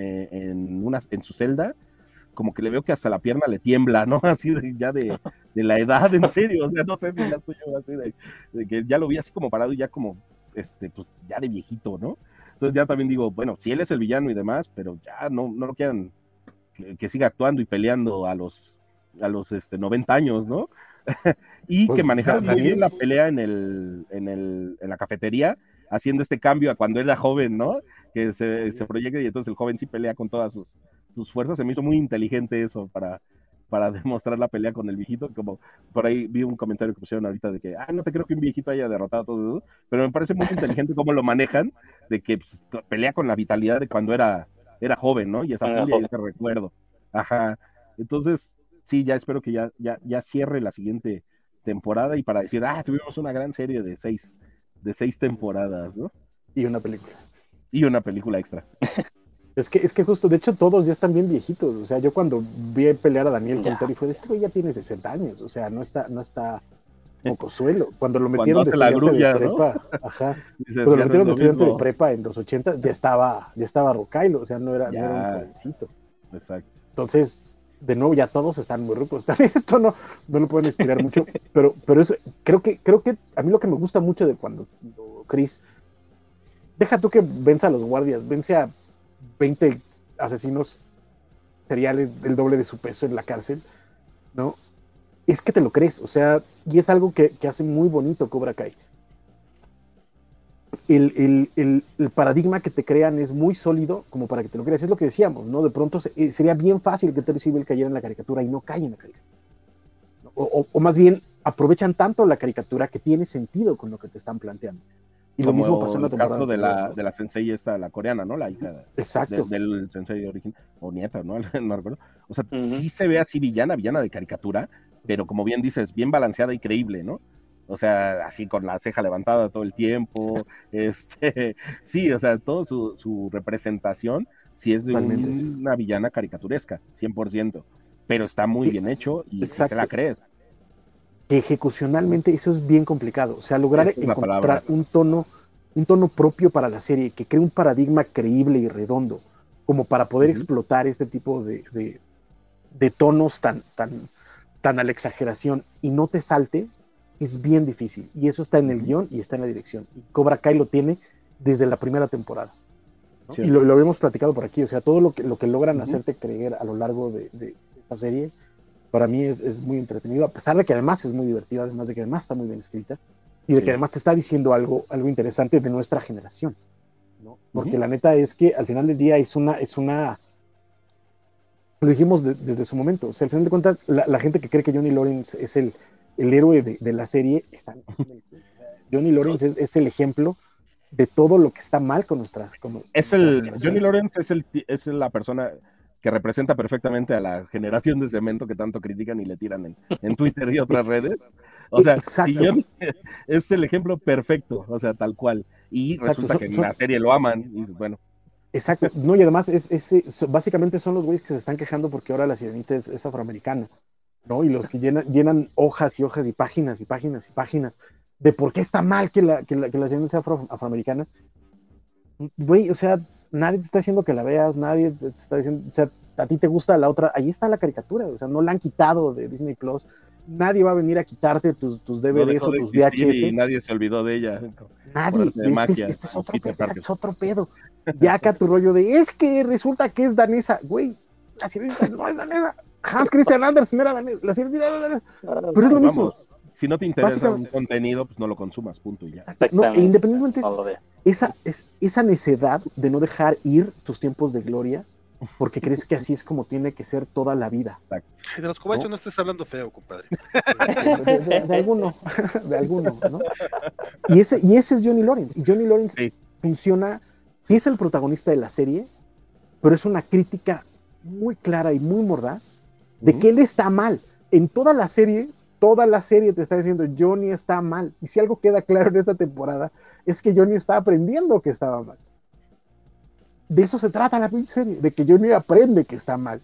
en su celda, como que le veo que hasta la pierna le tiembla, ¿no? Así de la edad, en serio, o sea, no sé si ya estoy yo así de que ya lo vi así como parado y ya como, pues ya de viejito, ¿no? Entonces ya también digo, bueno, si él es el villano y demás, pero ya no lo quieran que siga actuando y peleando a los 90 años, ¿no? Y pues, que manejaron muy bien la pelea en la cafetería, haciendo este cambio a cuando era joven, ¿no? Que se proyecta y entonces el joven sí pelea con todas sus fuerzas. Se me hizo muy inteligente eso para demostrar la pelea con el viejito, como por ahí vi un comentario que pusieron ahorita de que, no te creo que un viejito haya derrotado a todos eso, pero me parece muy inteligente cómo lo manejan, de que pues, pelea con la vitalidad de cuando era joven, ¿no? Y esa furia y ese recuerdo. Ajá. Entonces, sí, ya espero que ya cierre la siguiente temporada y para decir, tuvimos una gran serie de seis temporadas, ¿no? Y una película. Y una película extra. Es que justo, de hecho, todos ya están bien viejitos. O sea, yo cuando vi pelear a Daniel con Tori fue de este güey ya tiene 60 años. O sea, no está mocosuelo. Cuando lo metieron de estudiante de prepa, ¿no? Ajá. Cuando lo metieron de estudiante de prepa en los 80, ya estaba Rocailo. O sea, no era un jovencito. Exacto. Entonces, de nuevo, ya todos están muy ricos. También esto no lo pueden inspirar mucho, pero eso, creo que a mí lo que me gusta mucho de cuando Chris, deja tú que vence a los guardias, vence a 20 asesinos seriales del doble de su peso en la cárcel, ¿no? Es que te lo crees, o sea, y es algo que hace muy bonito Cobra Kai. El paradigma que te crean es muy sólido como para que te lo creas. Es lo que decíamos, ¿no? De pronto sería bien fácil que Terry Silver cayera en la caricatura y no cae en la caricatura. O más bien, aprovechan tanto la caricatura que tiene sentido con lo que te están planteando. Y lo como mismo pasó en la el caso temporada. de la sensei esta, la coreana, ¿no? La hija Exacto. del sensei original, o nieta, ¿no? No recuerdo. O sea, Ujú. sí se ve así villana de caricatura, pero como bien dices, bien balanceada y creíble, ¿no? O sea, así con la ceja levantada todo el tiempo, sí, o sea, todo su representación sí es de Totalmente. una villana caricaturesca, 100%, pero está muy Sí, bien hecho y sí se exacto. la crees. Ejecucionalmente eso es bien complicado. O sea, lograr Esa es la encontrar palabra. un tono propio para la serie, que cree un paradigma creíble y redondo, como para poder Ujú. explotar este tipo de tonos tan a la exageración y no te salte, es bien difícil. Y eso está en el Ujú. guión y está en la dirección. Y Cobra Kai lo tiene desde la primera temporada, ¿no? Sí. Y lo habíamos platicado por aquí. O sea, todo lo que logran Ujú. hacerte creer a lo largo de esta serie, para mí es muy entretenido, a pesar de que además es muy divertido, además de que además está muy bien escrita y de Sí. que además te está diciendo algo interesante de nuestra generación, ¿no? Porque Ujú. la neta es que al final del día es una lo dijimos desde su momento, o sea, al final de cuentas, la gente que cree que Johnny Lawrence es el héroe de la serie, Johnny Lawrence es el ejemplo de todo lo que está mal con nuestra generación. Johnny Lawrence es la persona que representa perfectamente a la generación de cemento que tanto critican y le tiran en Twitter y otras redes. O sea, si Exacto. Johnny es el ejemplo perfecto, o sea, tal cual. Y Exacto, resulta que en la serie lo aman, y bueno. Exacto, no, y además básicamente son los güeyes que se están quejando porque ahora la sirenita es afroamericana, ¿no? Y los que llenan hojas y hojas y páginas y páginas y páginas de por qué está mal que la sirenita sea afroamericana. Güey, o sea, nadie te está diciendo que la veas, nadie te está diciendo, o sea, a ti te gusta la otra, ahí está la caricatura, o sea, no la han quitado de Disney Plus, nadie va a venir a quitarte tus No DVDs dejó o de tus existir y VHS. nadie se olvidó de ella por Nadie, arte de magia. este es como otro Peter pedo, Parker. es otro pedo. Ya acá tu rollo de, es que resulta que es danesa, güey, la sirenita no es danesa, Hans Christian Andersen era danesa, la sirenita era danesa, pero es lo mismo. Vamos, si no te interesa un Básicamente, contenido, pues no lo consumas, punto y ya. exacto, no, e independientemente No lo veo. esa necedad de no dejar ir tus tiempos de gloria, porque crees que así es como tiene que ser toda la vida. Exacto. De los cobachos ¿No? no estés hablando feo, compadre. De alguno, de alguno, ¿no? Y ese es Johnny Lawrence. Y Johnny Lawrence Sí. funciona, sí es el protagonista de la serie, pero es una crítica muy clara y muy mordaz de que él está mal. En toda la serie te está diciendo Johnny está mal. Y si algo queda claro en esta temporada, es que Johnny está aprendiendo que estaba mal. De eso se trata la serie, de que Johnny aprende que está mal.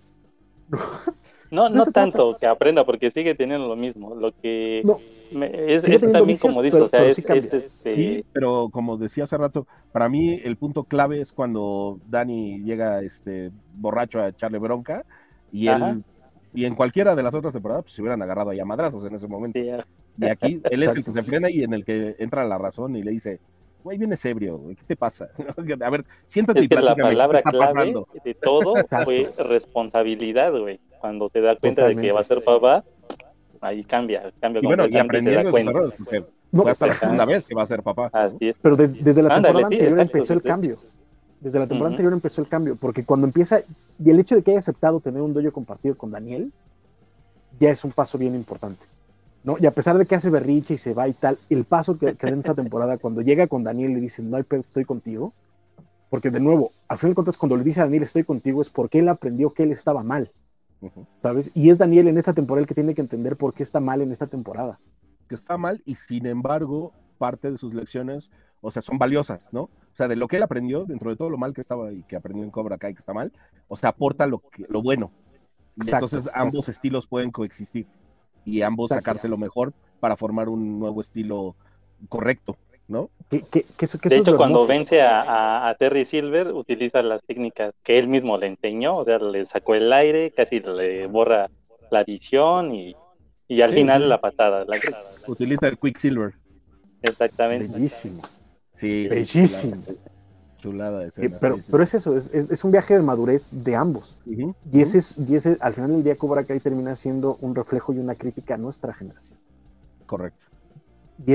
No tanto que aprenda, porque sigue teniendo lo mismo. Lo que No, es sigue teniendo también, vicios, como dices, o sea, pero es sí cambia. Sí, pero como decía hace rato, para mí el punto clave es cuando Danny llega borracho a echarle bronca y Ajá. él, y en cualquiera de las otras temporadas, pues se hubieran agarrado ahí a madrazos en ese momento. Sí, Y aquí él es el que se frena y en el que entra la razón y le dice, güey, vienes ebrio, güey, ¿qué te pasa? A ver, siéntate es y que la platícame, ¿qué te palabra está clave pasando? de todo Exacto. fue responsabilidad, güey. Cuando se da cuenta Totalmente. de que va a ser papá, ahí cambia Y bueno, y completamente y se da aprendiendo de sus cuenta. errores, porque No, fue hasta la Ajá. segunda vez que va a ser papá. Así es. pero desde la Ándale, temporada sí, anterior exacto, empezó el sí. cambio. Desde la temporada Ujú. anterior empezó el cambio, porque cuando empieza, y el hecho de que haya aceptado tener un dojo compartido con Daniel, ya es un paso bien importante, ¿no? Y a pesar de que hace berriche y se va y tal, el paso que da en esta temporada, cuando llega con Daniel y le dice, no hay pedo, estoy contigo, porque de nuevo, al final de cuentas, cuando le dice a Daniel, estoy contigo, es porque él aprendió que él estaba mal, Ujú. ¿sabes? Y es Daniel en esta temporada el que tiene que entender por qué está mal en esta temporada. Que está mal y sin embargo parte de sus lecciones, o sea, son valiosas, ¿no? O sea, de lo que él aprendió, dentro de todo lo mal que estaba y que aprendió en Cobra Kai que está mal, o sea, aporta lo bueno. Y Exacto, entonces exacto. ambos estilos pueden coexistir y ambos Exacto. sacarse lo mejor para formar un nuevo estilo correcto, ¿no? Que eso De es hecho, lo cuando hermoso. vence a Terry Silver, utiliza las técnicas que él mismo le enseñó, o sea, le sacó el aire, casi le borra la visión y al Sí, final sí. la patada. Utiliza el Quicksilver. Exactamente. Bellísimo. Sí, Bellísimo. chulada de escena. Pero, sí, sí. pero es eso, es un viaje de madurez de ambos. Ujú, Y ujú. ese, al final del día, Cobra Kai termina siendo un reflejo y una crítica a nuestra generación. Correcto. Y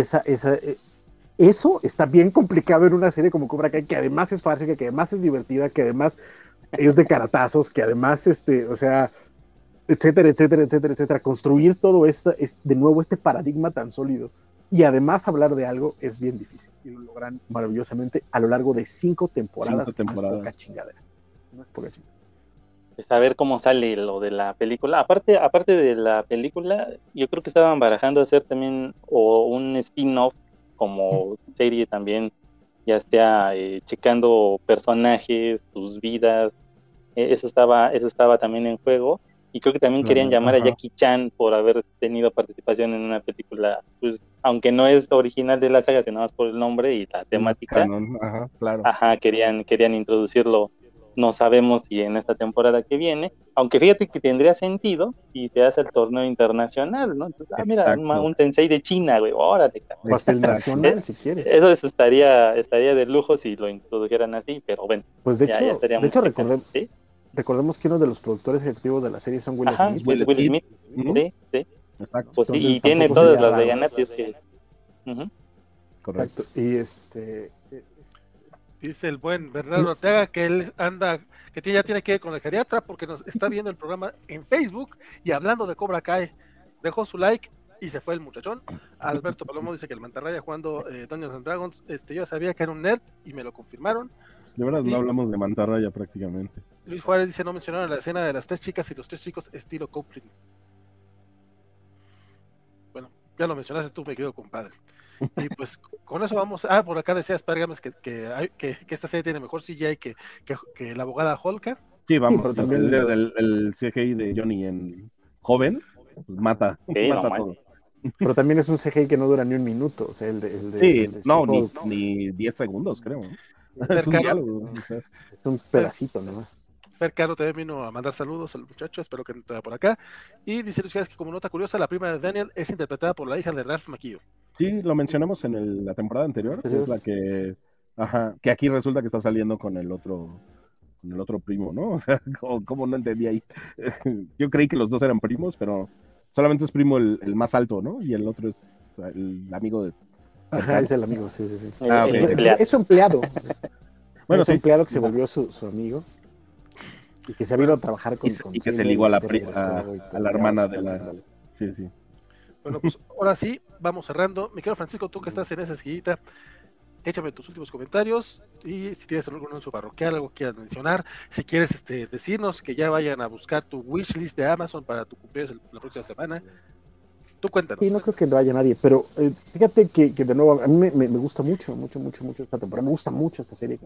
eso está bien complicado en una serie como Cobra Kai, que además es fácil, que además es divertida, que además es de caratazos, que además, o sea, etcétera, etcétera, etcétera, etcétera. Construir todo esto, de nuevo, este paradigma tan sólido Y además hablar de algo es bien difícil. Y lo logran maravillosamente a lo largo de 5 temporadas. 5 temporadas. No es poca chingadera. No es poca chingadera. Pues a ver cómo sale lo de la película. Aparte de la película, yo creo que estaban barajando hacer también o un spin-off como serie también, ya sea checando personajes, sus vidas. Eso estaba también en juego. Y creo que también querían llamar a Jackie Chan por haber tenido participación en una película, pues, aunque no es original de la saga, sino más por el nombre y la temática. Canon. Claro. Querían introducirlo. No sabemos si en esta temporada que viene, aunque fíjate que tendría sentido si se hace el torneo internacional, ¿no? Entonces, mira, un Tensei de China, güey, órale. Pastel nacional, si quieres. Eso estaría de lujo si lo introdujeran así, pero bueno. Pues de hecho recordemos que uno de los productores ejecutivos de la serie son Will Smith. Will Smith. Sí. Exacto. Pues sí, y tiene todas las de ganar, y es que... Correcto. Y dice el buen Bernardo Ortega que él ya tiene que ir con el geriatra porque nos está viendo el programa en Facebook y hablando de Cobra Kai. Dejó su like y se fue el muchachón. Alberto Palomo dice que el Mantarraya jugando Dungeons and Dragons, yo sabía que era un nerd y me lo confirmaron. De verdad, no hablamos de Mantarraya prácticamente. Luis Juárez dice, no mencionaron la escena de las 3 chicas y los 3 chicos estilo Coupling. Bueno, ya lo mencionaste tú, mi querido compadre. Y pues con eso vamos. Por acá decías, Pérgames, que esta serie tiene mejor CGI que la abogada Holka. Sí, vamos, pero también el CGI de Johnny en joven, pues mata todo. Pero también es un CGI que no dura ni un minuto, o sea, ni 10 segundos, creo. Es un pedacito nomás. Fer Caro también vino a mandar saludos al muchacho, espero que esté por acá. Y dice Luis que como nota curiosa, la prima de Daniel es interpretada por la hija de Ralph Macchio. Sí, lo mencionamos en la temporada anterior, que es la que aquí resulta que está saliendo con el otro primo, ¿no? O sea, ¿cómo no entendí ahí? Yo creí que los dos eran primos, pero solamente es primo el más alto, ¿no? Y el otro es el amigo de... es el amigo, sí. Empleado. Es su empleado. Bueno, es un empleado que se volvió su amigo. Y que se vino a trabajar con y que se ligó a la hermana de la... Sí. Bueno, pues ahora sí, vamos cerrando. Mi querido Francisco, tú que estás en esa esquinita, échame tus últimos comentarios y si tienes algún anuncio parroquial, algo que quieras mencionar, si quieres decirnos que ya vayan a buscar tu wishlist de Amazon para tu cumpleaños la próxima semana. Tú cuéntanos. Sí, no creo que no haya nadie, pero fíjate que de nuevo, a mí me gusta mucho esta temporada, me gusta mucho esta serie.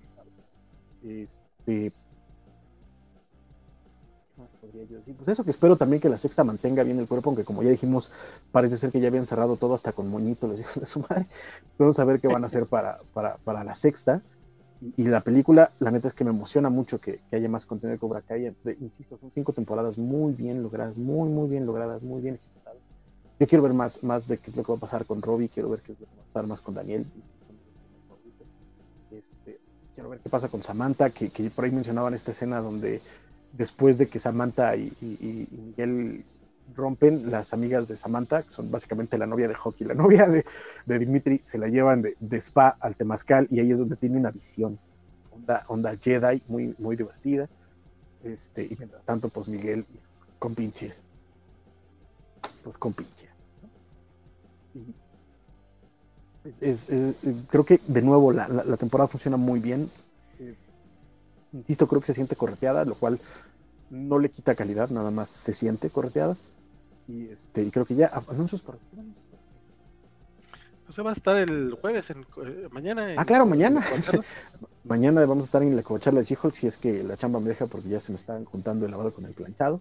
Más podría yo decir? Pues eso, que espero también que la sexta mantenga bien el cuerpo, aunque como ya dijimos, parece ser que ya habían cerrado todo hasta con moñito los hijos de su madre. Vamos a ver qué van a hacer para la sexta. Y la película, la neta es que me emociona mucho que haya más contenido de Cobra Kai. Insisto, son 5 temporadas muy bien logradas, muy bien logradas, muy bien ejecutadas. Yo quiero ver más de qué es lo que va a pasar con Robbie, quiero ver qué es lo que va a pasar más con Daniel. Quiero ver qué pasa con Samantha, que por ahí mencionaban esta escena donde después de que Samantha y Miguel rompen, las amigas de Samantha, que son básicamente la novia de Hockey, la novia de Dimitri, se la llevan de spa al Temazcal y ahí es donde tiene una visión, onda Jedi, muy, muy divertida. Y mientras tanto, pues Miguel con pinches. Creo que de nuevo la temporada funciona muy bien. Insisto, creo que se siente correteada, lo cual no le quita calidad, nada más se siente correteada. Y creo que ya anuncios correctos. O sea, va a estar el jueves, mañana. Claro, mañana. Mañana vamos a estar en la covacharla de She-Hulk, si es que la chamba me deja, porque ya se me están juntando el lavado con el planchado.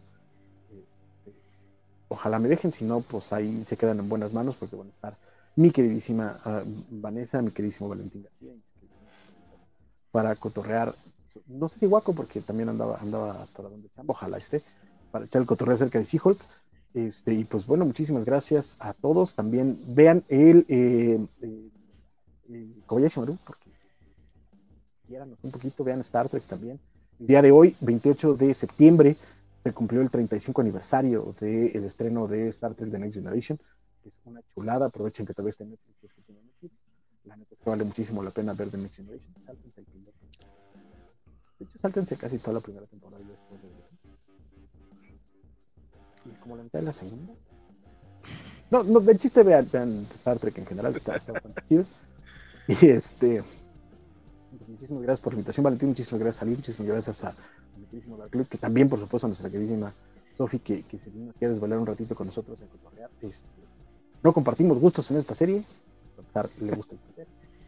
Ojalá me dejen, si no, pues ahí se quedan en buenas manos, porque van a estar mi queridísima Vanessa, mi queridísimo Valentín García, para cotorrear. No sé si Guaco, porque también andaba atorado de chamba, ojalá para echar el cotorreo acerca de She-Hulk. Y pues bueno, muchísimas gracias a todos. También vean el Kobayashi Maru, porque quieran un poquito, vean Star Trek también. El día de hoy, 28 de septiembre, se cumplió el 35 aniversario del estreno de Star Trek The Next Generation, que es una chulada. Aprovechen que todavía está en Netflix, si es que tiene Netflix. La neta es que vale muchísimo la pena ver The Next Generation. Sáltense el primer. De hecho, sáltense casi toda la primera temporada y después regresan. Y como la mitad de la segunda. No, de chiste vean Star Trek en general, está bastante chido. Y pues muchísimas gracias por la invitación, Valentín, muchísimas gracias a Luis, muchísimas gracias a mi queridísimo Dark Club, que también, por supuesto, a nuestra queridísima Sofi, que se vino aquí a desvelar un ratito con nosotros en cotorrear. No compartimos gustos en esta serie, a pesar le gusta el placer.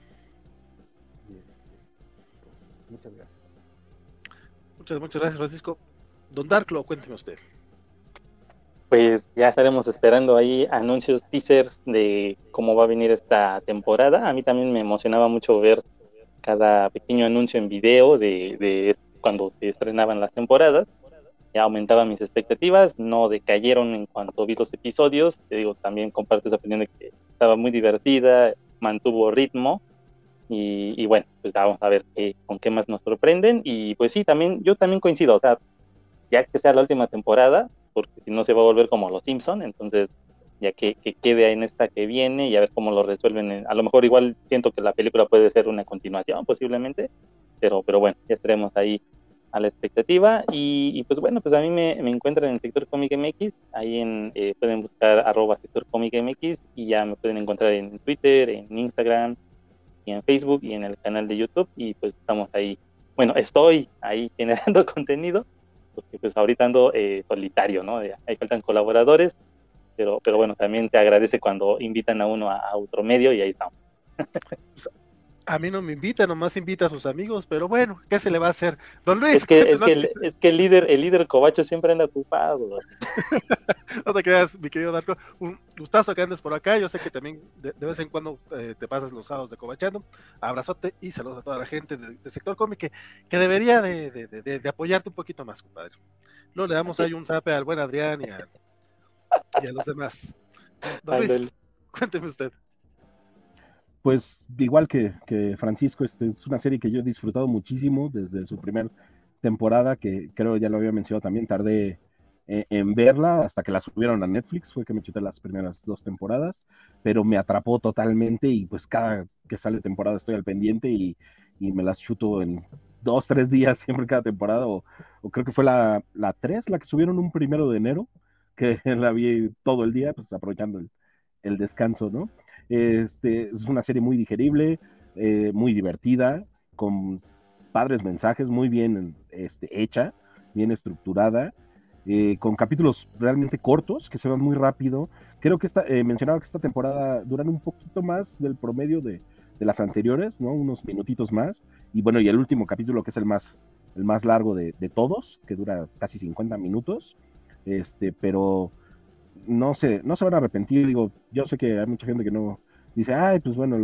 Y pues, muchas gracias. Muchas gracias, Francisco. Don Darklo, cuénteme usted. Pues ya estaremos esperando ahí anuncios, teasers de cómo va a venir esta temporada. A mí también me emocionaba mucho ver cada pequeño anuncio en video de cuando se estrenaban las temporadas. Ya aumentaba mis expectativas, no decayeron en cuanto vi los episodios. Te digo, también comparto esa opinión de que estaba muy divertida, mantuvo ritmo. Y bueno, pues vamos a ver con qué más nos sorprenden. Y pues sí, yo también coincido, o sea, ya que sea la última temporada, porque si no se va a volver como los Simpson, entonces ya que quede en esta que viene y a ver cómo lo resuelven. A lo mejor igual siento que la película puede ser una continuación posiblemente, pero bueno, ya estaremos ahí a la expectativa. Y pues bueno, pues a mí me encuentran en Sector Comic MX, ahí pueden buscar @Sector Comic MX y ya me pueden encontrar en Twitter, en Instagram y en Facebook y en el canal de YouTube, y pues estamos ahí, bueno, estoy ahí generando contenido, porque pues ahorita ando solitario, ¿no? Ahí faltan colaboradores, pero bueno, también te agradece cuando invitan a uno a otro medio y ahí estamos. A mí no me invita, nomás invita a sus amigos, pero bueno, ¿qué se le va a hacer? Don Luis, es que el líder Covacho siempre anda ocupado. No te creas, mi querido Darko, un gustazo que andes por acá. Yo sé que también de vez en cuando te pasas los sábados de Covachando. Abrazote y saludos a toda la gente del Sector Cómic que debería de apoyarte un poquito más, compadre. Luego le damos ahí un zape al buen Adrián y a los demás. Don Luis, cuénteme usted. Pues igual que Francisco, es una serie que yo he disfrutado muchísimo desde su primer temporada, que creo ya lo había mencionado también, tardé en verla hasta que la subieron a Netflix, fue que me chuté las primeras 2 temporadas, pero me atrapó totalmente y pues cada que sale temporada estoy al pendiente y me las chuto en 2-3 días siempre cada temporada, o creo que fue la 3, la que subieron un 1 de enero, que la vi todo el día, pues aprovechando el descanso, ¿no? Es una serie muy digerible, muy divertida, con padres mensajes, muy bien hecha, bien estructurada, con capítulos realmente cortos, que se van muy rápido. Creo que mencionaba que esta temporada duran un poquito más del promedio de las anteriores, ¿no? Unos minutitos más. Y bueno, y el último capítulo, que es el más largo de todos, que dura casi 50 minutos, pero no se van a arrepentir. Digo, yo sé que hay mucha gente que no dice, ay, pues bueno,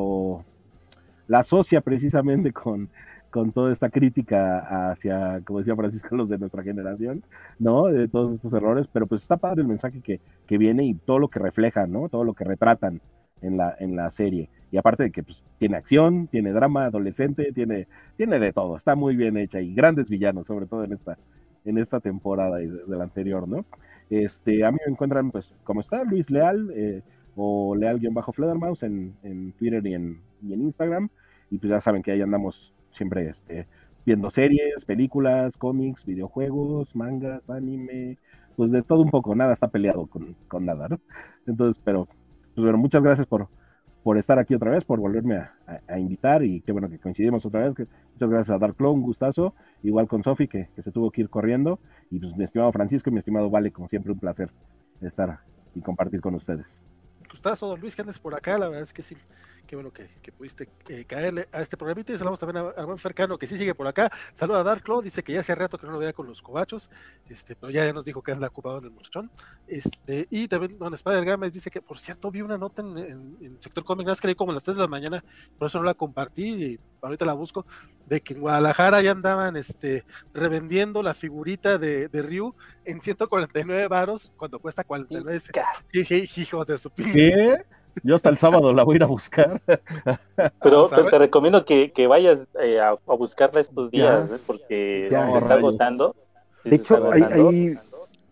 la asocia precisamente con toda esta crítica hacia, como decía Francisco, los de nuestra generación, ¿no? De todos estos errores, pero pues está padre el mensaje que viene y todo lo que reflejan, ¿no? Todo lo que retratan en la serie. Y aparte de que pues tiene acción, tiene drama adolescente, tiene de todo, está muy bien hecha y grandes villanos, sobre todo en esta temporada y de la anterior, ¿no? A mí me encuentran, pues, como está, Luis Leal, o Leal-Fledermaus en Twitter y en Instagram, y pues ya saben que ahí andamos siempre viendo series, películas, cómics, videojuegos, mangas, anime, pues de todo un poco, nada está peleado con nada, ¿no? Entonces, pero pues bueno, muchas gracias por estar aquí otra vez, por volverme a invitar, y qué bueno que coincidimos otra vez. Muchas gracias a Dark Clone, un gustazo, igual con Sofi, que se tuvo que ir corriendo, y pues mi estimado Francisco y mi estimado Vale, como siempre un placer estar y compartir con ustedes. Gustazo, don Luis, que andes por acá, la verdad es que sí, qué bueno que pudiste caerle a este programita. Y saludamos también a buen Fercano, que sí sigue por acá. Saluda a Darklo, dice que ya hace rato que no lo veía con los cobachos, pero ya nos dijo que anda ocupado en el muchachón. Y también don Spider Games dice que, por cierto, vi una nota en Sector Cómic, más que leí como a las 3 de la mañana, por eso no la compartí, y ahorita la busco, de que en Guadalajara ya andaban revendiendo la figurita de Ryu en 149 varos, cuando cuesta 49. Dije, hijos de su pinche. ¿Qué? Yo hasta el sábado la voy a ir a buscar. Pero te recomiendo que vayas a buscarla estos días, porque se está agotando. De hecho, hay...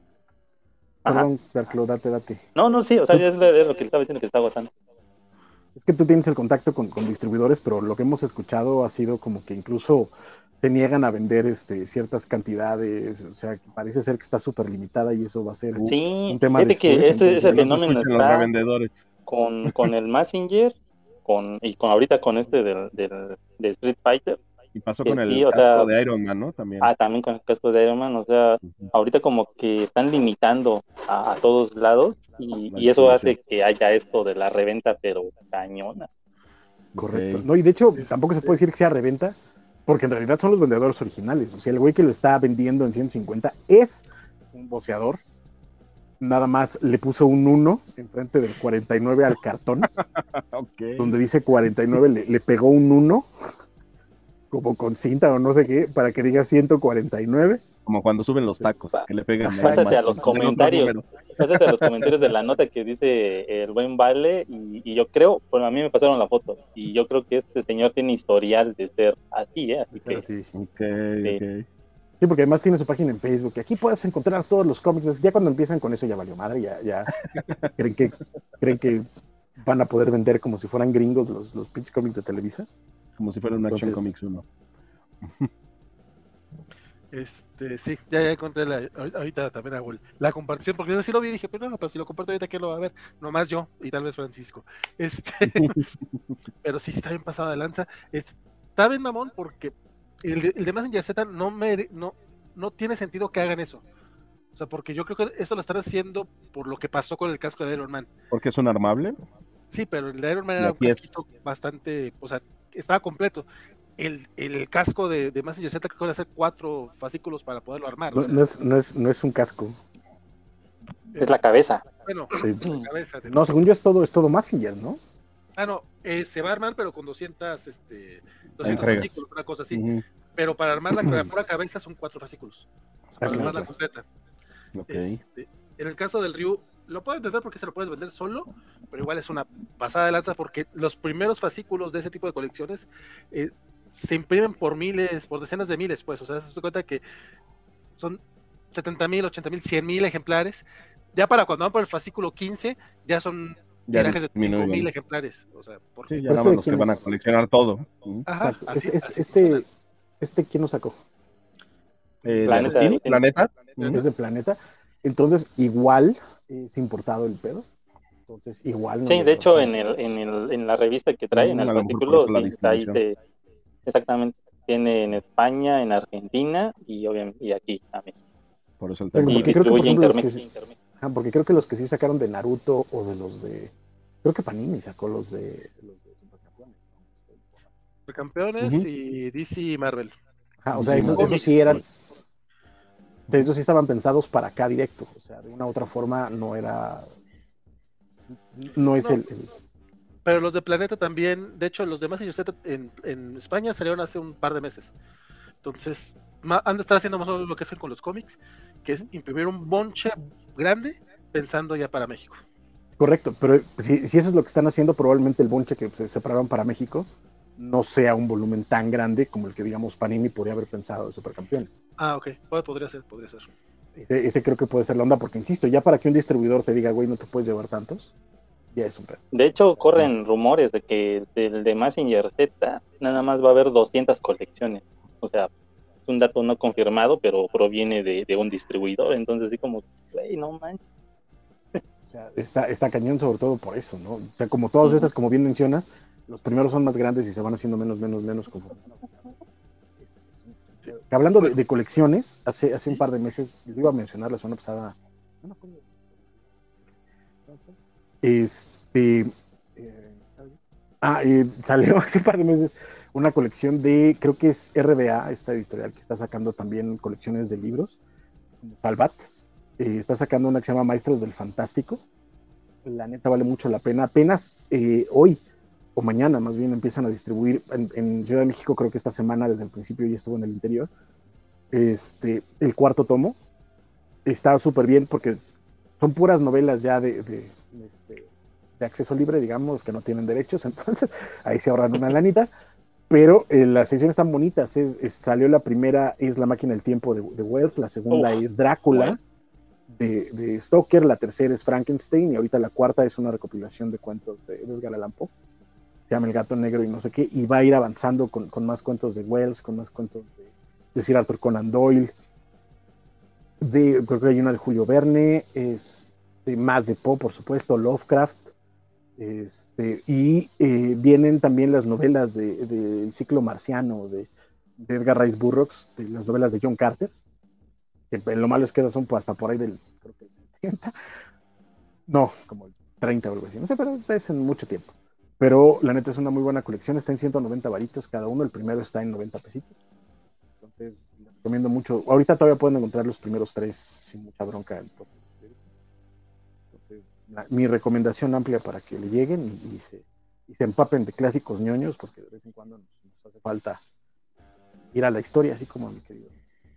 Perdón, Darklo, date. No, sí, o sea, es lo que estaba diciendo, que está agotando. Es que tú tienes el contacto con distribuidores, pero lo que hemos escuchado ha sido como que incluso se niegan a vender ciertas cantidades, o sea, parece ser que está súper limitada y eso va a ser Sí, un tema fíjate que después. ese No se fenómeno escuchan los está revendedores. con el Messenger, y con ahorita con este de Street Fighter. Y pasó que con el sí, o casco sea, de Iron Man, ¿no? También. también con el casco de Iron Man, o sea, Ujú. ahorita como que están limitando a todos lados y La eso distribución. hace que haya esto de la reventa, pero cañona. Correcto. Ok. No, y de hecho, tampoco se puede decir que sea reventa, porque en realidad son los vendedores originales. O sea, el güey que lo está vendiendo en 150 es un boxeador. Nada más le puso un 1 enfrente del 49 al cartón, Ok. donde dice 49, le pegó un 1, como con cinta o no sé qué, para que diga 149. Como cuando suben los tacos, que le pegan ahí Pásate más a los con otros comentarios, números. pásate a los comentarios de la nota que dice el buen Vale y yo creo, bueno, a mí me pasaron la foto y yo creo que este señor tiene historial de ser así, así que Sí. Ok, Sí. ok. Sí, porque además tiene su página en Facebook, y aquí puedes encontrar todos los cómics. Ya cuando empiezan con eso ya valió madre, ya creen que van a poder vender como si fueran gringos los pinches cómics de Televisa. Como si fuera un Action Entonces- Comics 1. Sí, ya encontré ahorita también hago la compartición, porque yo sí lo vi y dije, pero no, pero si lo comparto ahorita, ¿quién lo va a ver? Nomás yo y tal vez Francisco. Pero sí está bien pasado de lanza. Está bien mamón porque el de Messenger Z no tiene sentido que hagan eso. O sea, porque yo creo que esto lo están haciendo por lo que pasó con el casco de Iron Man. Porque es un armable. Sí, pero el de Iron Man Y era un aquí es- casquito bastante, o sea, estaba completo. El casco de Messenger Z creo que van a ser 4 fascículos para poderlo armar. O No, sea, no es un casco. es la cabeza. Bueno, Sí. la cabeza de No, según yo es todo Messenger, ¿no? no, se va a armar, pero con 200 Entregas. fascículos, una cosa así. Ujú. Pero para armar la pura cabeza son 4 fascículos. O sea, para claro. armarla completa. Ok. En el caso del Ryu, lo puedo entender porque se lo puedes vender solo, pero igual es una pasada de lanza porque los primeros fascículos de ese tipo de colecciones se imprimen por miles, por decenas de miles, pues. O sea, se da cuenta que son 70,000, 80,000, 100,000 ejemplares. Ya para cuando van por el fascículo 15, ya son Ya tirajes de disminuyen. 5,000 ejemplares. O sea, porque... Sí, ya Pero nada más de los que quién van a es? coleccionar todo. Ujú. Ajá, Exacto. así funciona. ¿Quién lo sacó? ¿De Planeta Agustín? de Agustín. ¿Planeta? Es de Planeta. Entonces, igual es importado el pedo. Entonces, igual no Sí, llega de hecho tanto. en la revista que trae, en A el lo mejor por fascículo, eso la sí, está ahí distribución. exactamente, tiene en España, en Argentina y obviamente y aquí también. Por eso el Porque tema. Y creo que, por distribuye ejemplo, Intermex. porque creo que los que sí sacaron de Naruto o de los de... Creo que Panini sacó los de Supercampeones, ¿no? Supercampeones Ujú. y DC y Marvel. O sea, Sí, esos cómics, sí eran... cómics. O sea, esos sí estaban pensados para acá directo. O sea, de una u otra forma no era... No es No. el... Pero los de Planeta también, de hecho, los de Messenger Z en España salieron hace un par de meses. Entonces, han de estar haciendo más o menos lo que hacen con los cómics, que es imprimir un bonche grande pensando ya para México. Correcto, pero si eso es lo que están haciendo, probablemente el bonche que se separaron para México no sea un volumen tan grande como el que, digamos, Panini podría haber pensado de Supercampeones. Ah, ok, podría ser. Ese creo que puede ser la onda, porque insisto, ya para que un distribuidor te diga, güey, no te puedes llevar tantos, ya es un pedo. De hecho, corren rumores de que del de Messenger Z nada más va a haber 200 colecciones. O sea, es un dato no confirmado, pero proviene de un distribuidor. Entonces, así como, güey, no manches. O sea, está cañón sobre todo por eso, ¿no? O sea, como todas estas, como bien mencionas, los primeros son más grandes y se van haciendo menos conforme van avanzando. Hablando de colecciones, hace un par de meses, yo iba a mencionar la semana pasada, no me acuerdo. Salió hace un par de meses una colección de, creo que es RBA, esta editorial que está sacando también colecciones de libros, como Salvat. Está sacando una que se llama Maestros del Fantástico. La neta vale mucho la pena. Apenas hoy, o mañana más bien, empiezan a distribuir en Ciudad de México, creo que esta semana desde el principio ya estuvo en el interior, el cuarto tomo. Está súper bien porque son puras novelas ya de acceso libre, digamos, que no tienen derechos, entonces ahí se ahorran una lanita, pero las secciones están bonitas. Salió la primera, es La máquina del tiempo de Wells, la segunda es Drácula de Stoker, la tercera es Frankenstein y ahorita la cuarta es una recopilación de cuentos de Edgar Allan Poe. se llama El Gato Negro y no sé qué, y va a ir avanzando con más cuentos de Wells, con más cuentos de Sir Arthur Conan Doyle, creo que hay una de Julio Verne, más de Poe, por supuesto, Lovecraft, y vienen también las novelas del ciclo marciano de Edgar Rice Burroughs, de las novelas de John Carter, que lo malo es que esas son hasta por ahí creo que el 70, no, como el 30 o algo así, no sé, pero es en mucho tiempo. Pero la neta es una muy buena colección, está en 190 varitos cada uno, el primero está en 90 pesitos. Entonces, les recomiendo mucho. Ahorita todavía pueden encontrar los primeros 3 sin mucha bronca. Entonces, mi recomendación amplia para que le lleguen y se empapen de clásicos ñoños, porque de vez en cuando nos hace falta ir a la historia, así como mi querido.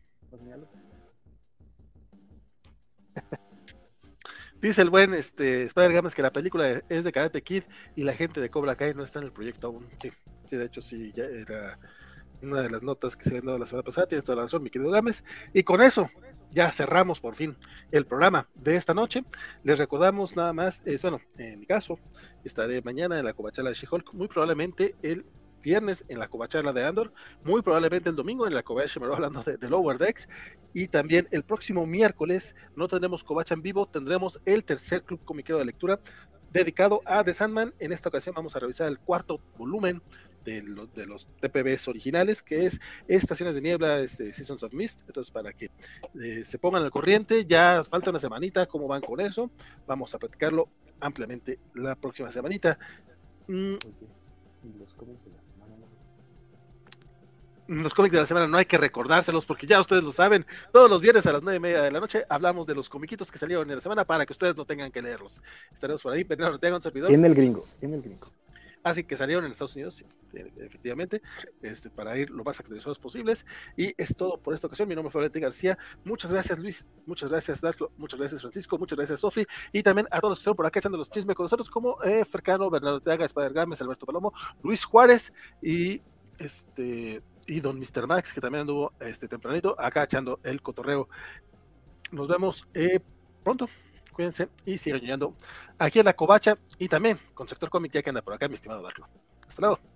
Dice el buen Spider Games que la película es de Karate Kid y la gente de Cobra Kai no está en el proyecto aún. Sí, de hecho sí, ya era una de las notas que se habían dado la semana pasada. Tienes toda la razón, mi querido Gámez. Y con eso ya cerramos por fin el programa de esta noche. Les recordamos nada más, bueno, en mi caso, estaré mañana en la Covacharla de She-Hulk, muy probablemente el viernes en la Covacharla de Andor, muy probablemente el domingo en la Covacharla hablando de Lower Decks, y también el próximo miércoles no tendremos Covacha en vivo, tendremos el tercer club comiquero de lectura dedicado a The Sandman. En esta ocasión vamos a revisar el cuarto volumen de los TPBs originales, que es Estaciones de Niebla, Seasons of Mist. Entonces, para que se pongan al corriente, ya falta una semanita, cómo van con eso, vamos a platicarlo ampliamente la próxima semanita. Los cómics de la semana no hay que recordárselos porque ya ustedes lo saben, todos los viernes a las 9:30 de la noche hablamos de los comiquitos que salieron en la semana para que ustedes no tengan que leerlos. Estaremos por ahí, pero no tengan un servidor. En el gringo. Así que salieron en Estados Unidos, sí, efectivamente, para ir lo más actualizados posibles. Y es todo por esta ocasión. Mi nombre fue Valentín García. Muchas gracias, Luis. Muchas gracias, Darklo. Muchas gracias, Francisco. Muchas gracias, Sofi. Y también a todos los que están por acá echando los chismes con nosotros, como Fercano, Bernardo Teaga, Spider Games, Alberto Palomo, Luis Juárez y don Mr. Max, que también anduvo tempranito acá echando el cotorreo. Nos vemos pronto. Cuídense y sigan llegando aquí a la Covacha y también con Sector Cómic, ya que anda por acá mi estimado Darklo. Hasta luego.